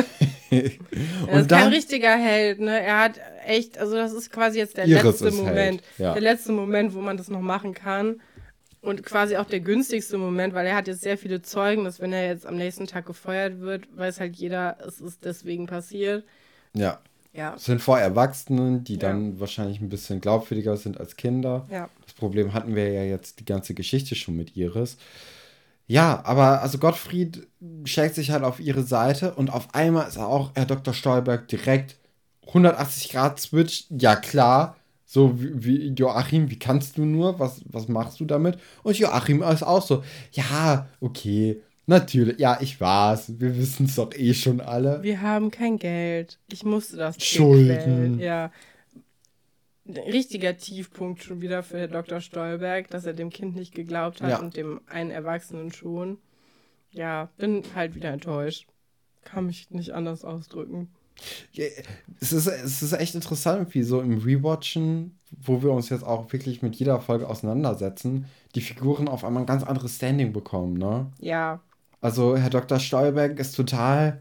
Und Er ist dann, kein richtiger Held, ne? Er hat echt, also das ist quasi jetzt der Iris letzte ist Moment. Held, ja. Der letzte Moment, wo man das noch machen kann. Und quasi auch der günstigste Moment, weil er hat jetzt sehr viele Zeugen, dass wenn er jetzt am nächsten Tag gefeuert wird, weiß halt jeder, es ist deswegen passiert. ja, Ja. es sind vor Erwachsenen, die dann wahrscheinlich ein bisschen glaubwürdiger sind als Kinder. Ja. Das Problem hatten wir ja jetzt die ganze Geschichte schon mit Iris. Ja, aber also Gottfried schlägt sich halt auf ihre Seite und auf einmal ist auch Herr Dr. Stolberg direkt 180 Grad Switch. Ja, klar. So wie Joachim, wie kannst du nur? Was machst du damit? Und Joachim ist auch so, ja, okay, natürlich, ja, ich weiß, wir wissen es doch eh schon alle. Wir haben kein Geld. Ich musste das Schulden. quälen. Ja. Ein richtiger Tiefpunkt schon wieder für Herr Dr. Stolberg, dass er dem Kind nicht geglaubt hat und dem einen Erwachsenen schon. Ja, bin halt wieder enttäuscht. Kann mich nicht anders ausdrücken. Es ist echt interessant, wie so im Rewatchen, wo wir uns jetzt auch wirklich mit jeder Folge auseinandersetzen, die Figuren auf einmal ein ganz anderes Standing bekommen, ne? Ja. Also Herr Dr. Stolberg ist total,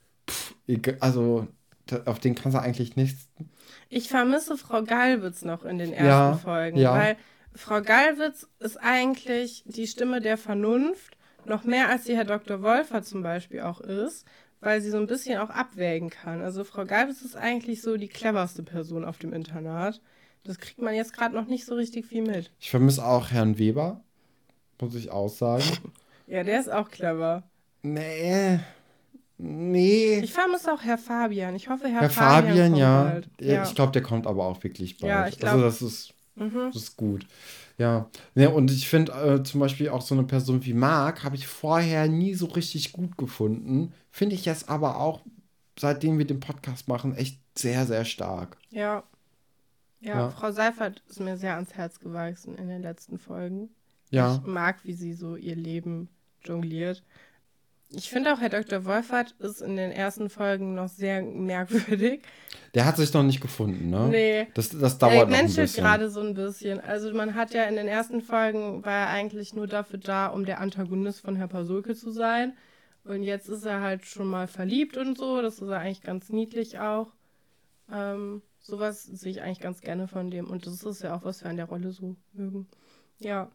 also auf den kannst du eigentlich nichts. Ich vermisse Frau Gallwitz noch in den ersten Folgen, weil Frau Gallwitz ist eigentlich die Stimme der Vernunft, noch mehr als die Herr Dr. Wolfert zum Beispiel auch ist, weil sie so ein bisschen auch abwägen kann. Also Frau Gallwitz ist eigentlich so die cleverste Person auf dem Internat. Das kriegt man jetzt gerade noch nicht so richtig viel mit. Ich vermisse auch Herrn Weber, muss ich auch sagen. Ja, der ist auch clever. Nee. Ich vermisse auch Herr Fabian. Ich hoffe, Herr Fabian Fabian, kommt ja. bald. Ich glaube, der kommt aber auch wirklich bald. Ja, ich glaub, also das ist gut. Ja. Ja, und ich finde zum Beispiel auch so eine Person wie Marc habe ich vorher nie so richtig gut gefunden. Finde ich jetzt aber auch, seitdem wir den Podcast machen, echt sehr, sehr stark. Ja, Frau Seifert ist mir sehr ans Herz gewachsen in den letzten Folgen. Ja. Ich mag, wie sie so ihr Leben jongliert. Ich finde auch, Herr Dr. Wolfert ist in den ersten Folgen noch sehr merkwürdig. Der hat sich noch nicht gefunden, ne? Nee. Das dauert noch ein menschelt bisschen. gerade so ein bisschen. Also man hat ja in den ersten Folgen, war er eigentlich nur dafür da, um der Antagonist von Herr Pasulke zu sein. Und jetzt ist er halt schon mal verliebt und so. Das ist ja eigentlich ganz niedlich auch. Sowas sehe ich eigentlich ganz gerne von dem. Und das ist ja auch, was wir an der Rolle so mögen. Ja.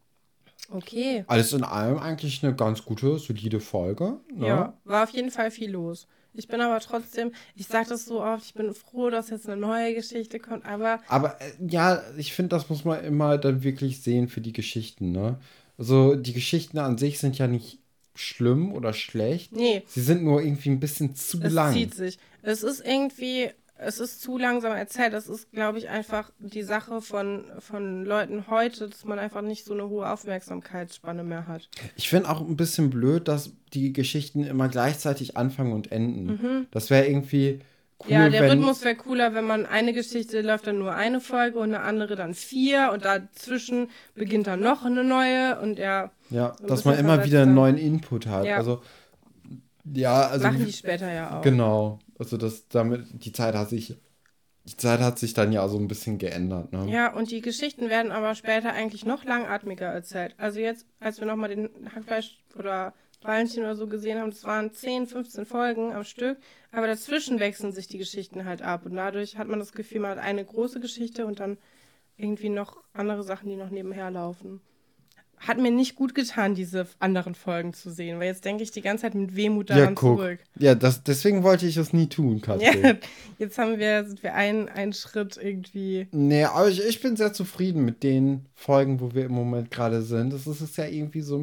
Okay. Alles in allem eigentlich eine ganz gute, solide Folge. Ne? Ja, war auf jeden Fall viel los. Ich bin aber trotzdem, ich sage das so oft, ich bin froh, dass jetzt eine neue Geschichte kommt, aber ja, ich finde, das muss man immer dann wirklich sehen für die Geschichten, ne? Also die Geschichten an sich sind ja nicht schlimm oder schlecht. Nee. Sie sind nur irgendwie ein bisschen zu lang. Es zieht sich. Es ist irgendwie, es ist zu langsam erzählt. Das ist, glaube ich, einfach die Sache von Leuten heute, dass man einfach nicht so eine hohe Aufmerksamkeitsspanne mehr hat. Ich finde auch ein bisschen blöd, dass die Geschichten immer gleichzeitig anfangen und enden. Das wäre irgendwie cool, ja, der Rhythmus wäre cooler, wenn man eine Geschichte läuft dann nur eine Folge und eine andere dann 4 und dazwischen beginnt dann noch eine neue und ja, dass man immer wieder einen neuen Input hat. Ja. Also machen die später ja auch. Genau. Also die Zeit hat sich dann ja so ein bisschen geändert, ne? Ja, und die Geschichten werden aber später eigentlich noch langatmiger erzählt. Also jetzt, als wir nochmal den Hackfleisch oder Valentin oder so gesehen haben, das waren 10, 15 Folgen am Stück, aber dazwischen wechseln sich die Geschichten halt ab und dadurch hat man das Gefühl, man hat eine große Geschichte und dann irgendwie noch andere Sachen, die noch nebenher laufen. Hat mir nicht gut getan, diese anderen Folgen zu sehen, weil jetzt denke ich die ganze Zeit mit Wehmut daran zurück. Ja, deswegen wollte ich es nie tun, Katrin. Ja, jetzt sind wir einen Schritt irgendwie. Nee, aber ich bin sehr zufrieden mit den Folgen, wo wir im Moment gerade sind. Das ist ja irgendwie so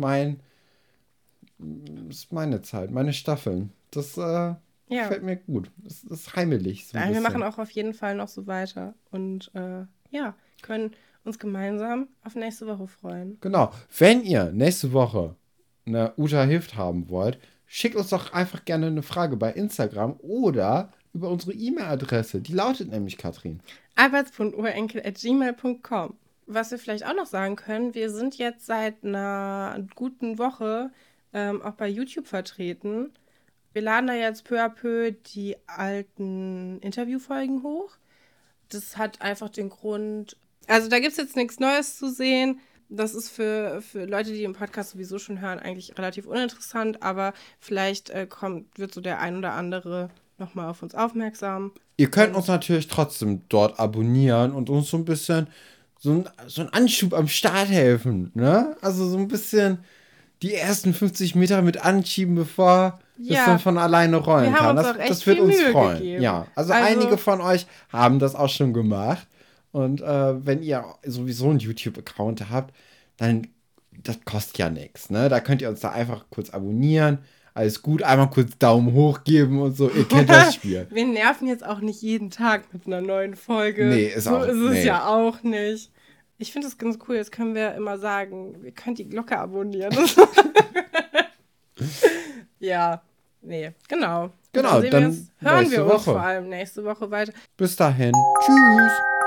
ist meine Zeit, meine Staffeln. Das gefällt mir gut. Das ist heimelig. So wir machen auch auf jeden Fall noch so weiter und können uns gemeinsam auf nächste Woche freuen. Genau. Wenn ihr nächste Woche eine Uta hilft haben wollt, schickt uns doch einfach gerne eine Frage bei Instagram oder über unsere E-Mail-Adresse. Die lautet nämlich, Katrin, albert.urenkel@gmail.com. Was wir vielleicht auch noch sagen können, wir sind jetzt seit einer guten Woche auch bei YouTube vertreten. Wir laden da jetzt peu à peu die alten Interviewfolgen hoch. Das hat einfach den Grund, also da gibt es jetzt nichts Neues zu sehen. Das ist für Leute, die den Podcast sowieso schon hören, eigentlich relativ uninteressant, aber vielleicht wird so der ein oder andere nochmal auf uns aufmerksam. Ihr könnt uns natürlich trotzdem dort abonnieren und uns so ein bisschen so ein Anschub am Start helfen, ne? Also so ein bisschen die ersten 50 Meter mit anschieben, bevor es dann von alleine rollen kann. Das wird uns freuen. Gegeben. Ja, also einige von euch haben das auch schon gemacht. Und wenn ihr sowieso einen YouTube-Account habt, dann das kostet ja nichts, ne? Da könnt ihr uns da einfach kurz abonnieren. Alles gut, einmal kurz Daumen hoch geben und so. Ihr kennt das Spiel. Wir nerven jetzt auch nicht jeden Tag mit einer neuen Folge. Nee, ist es ja auch nicht. Ich finde das ganz cool. Jetzt können wir immer sagen, ihr könnt die Glocke abonnieren. Ja, nee, genau. Genau, dann hören wir uns vor allem nächste Woche weiter. Bis dahin. Tschüss.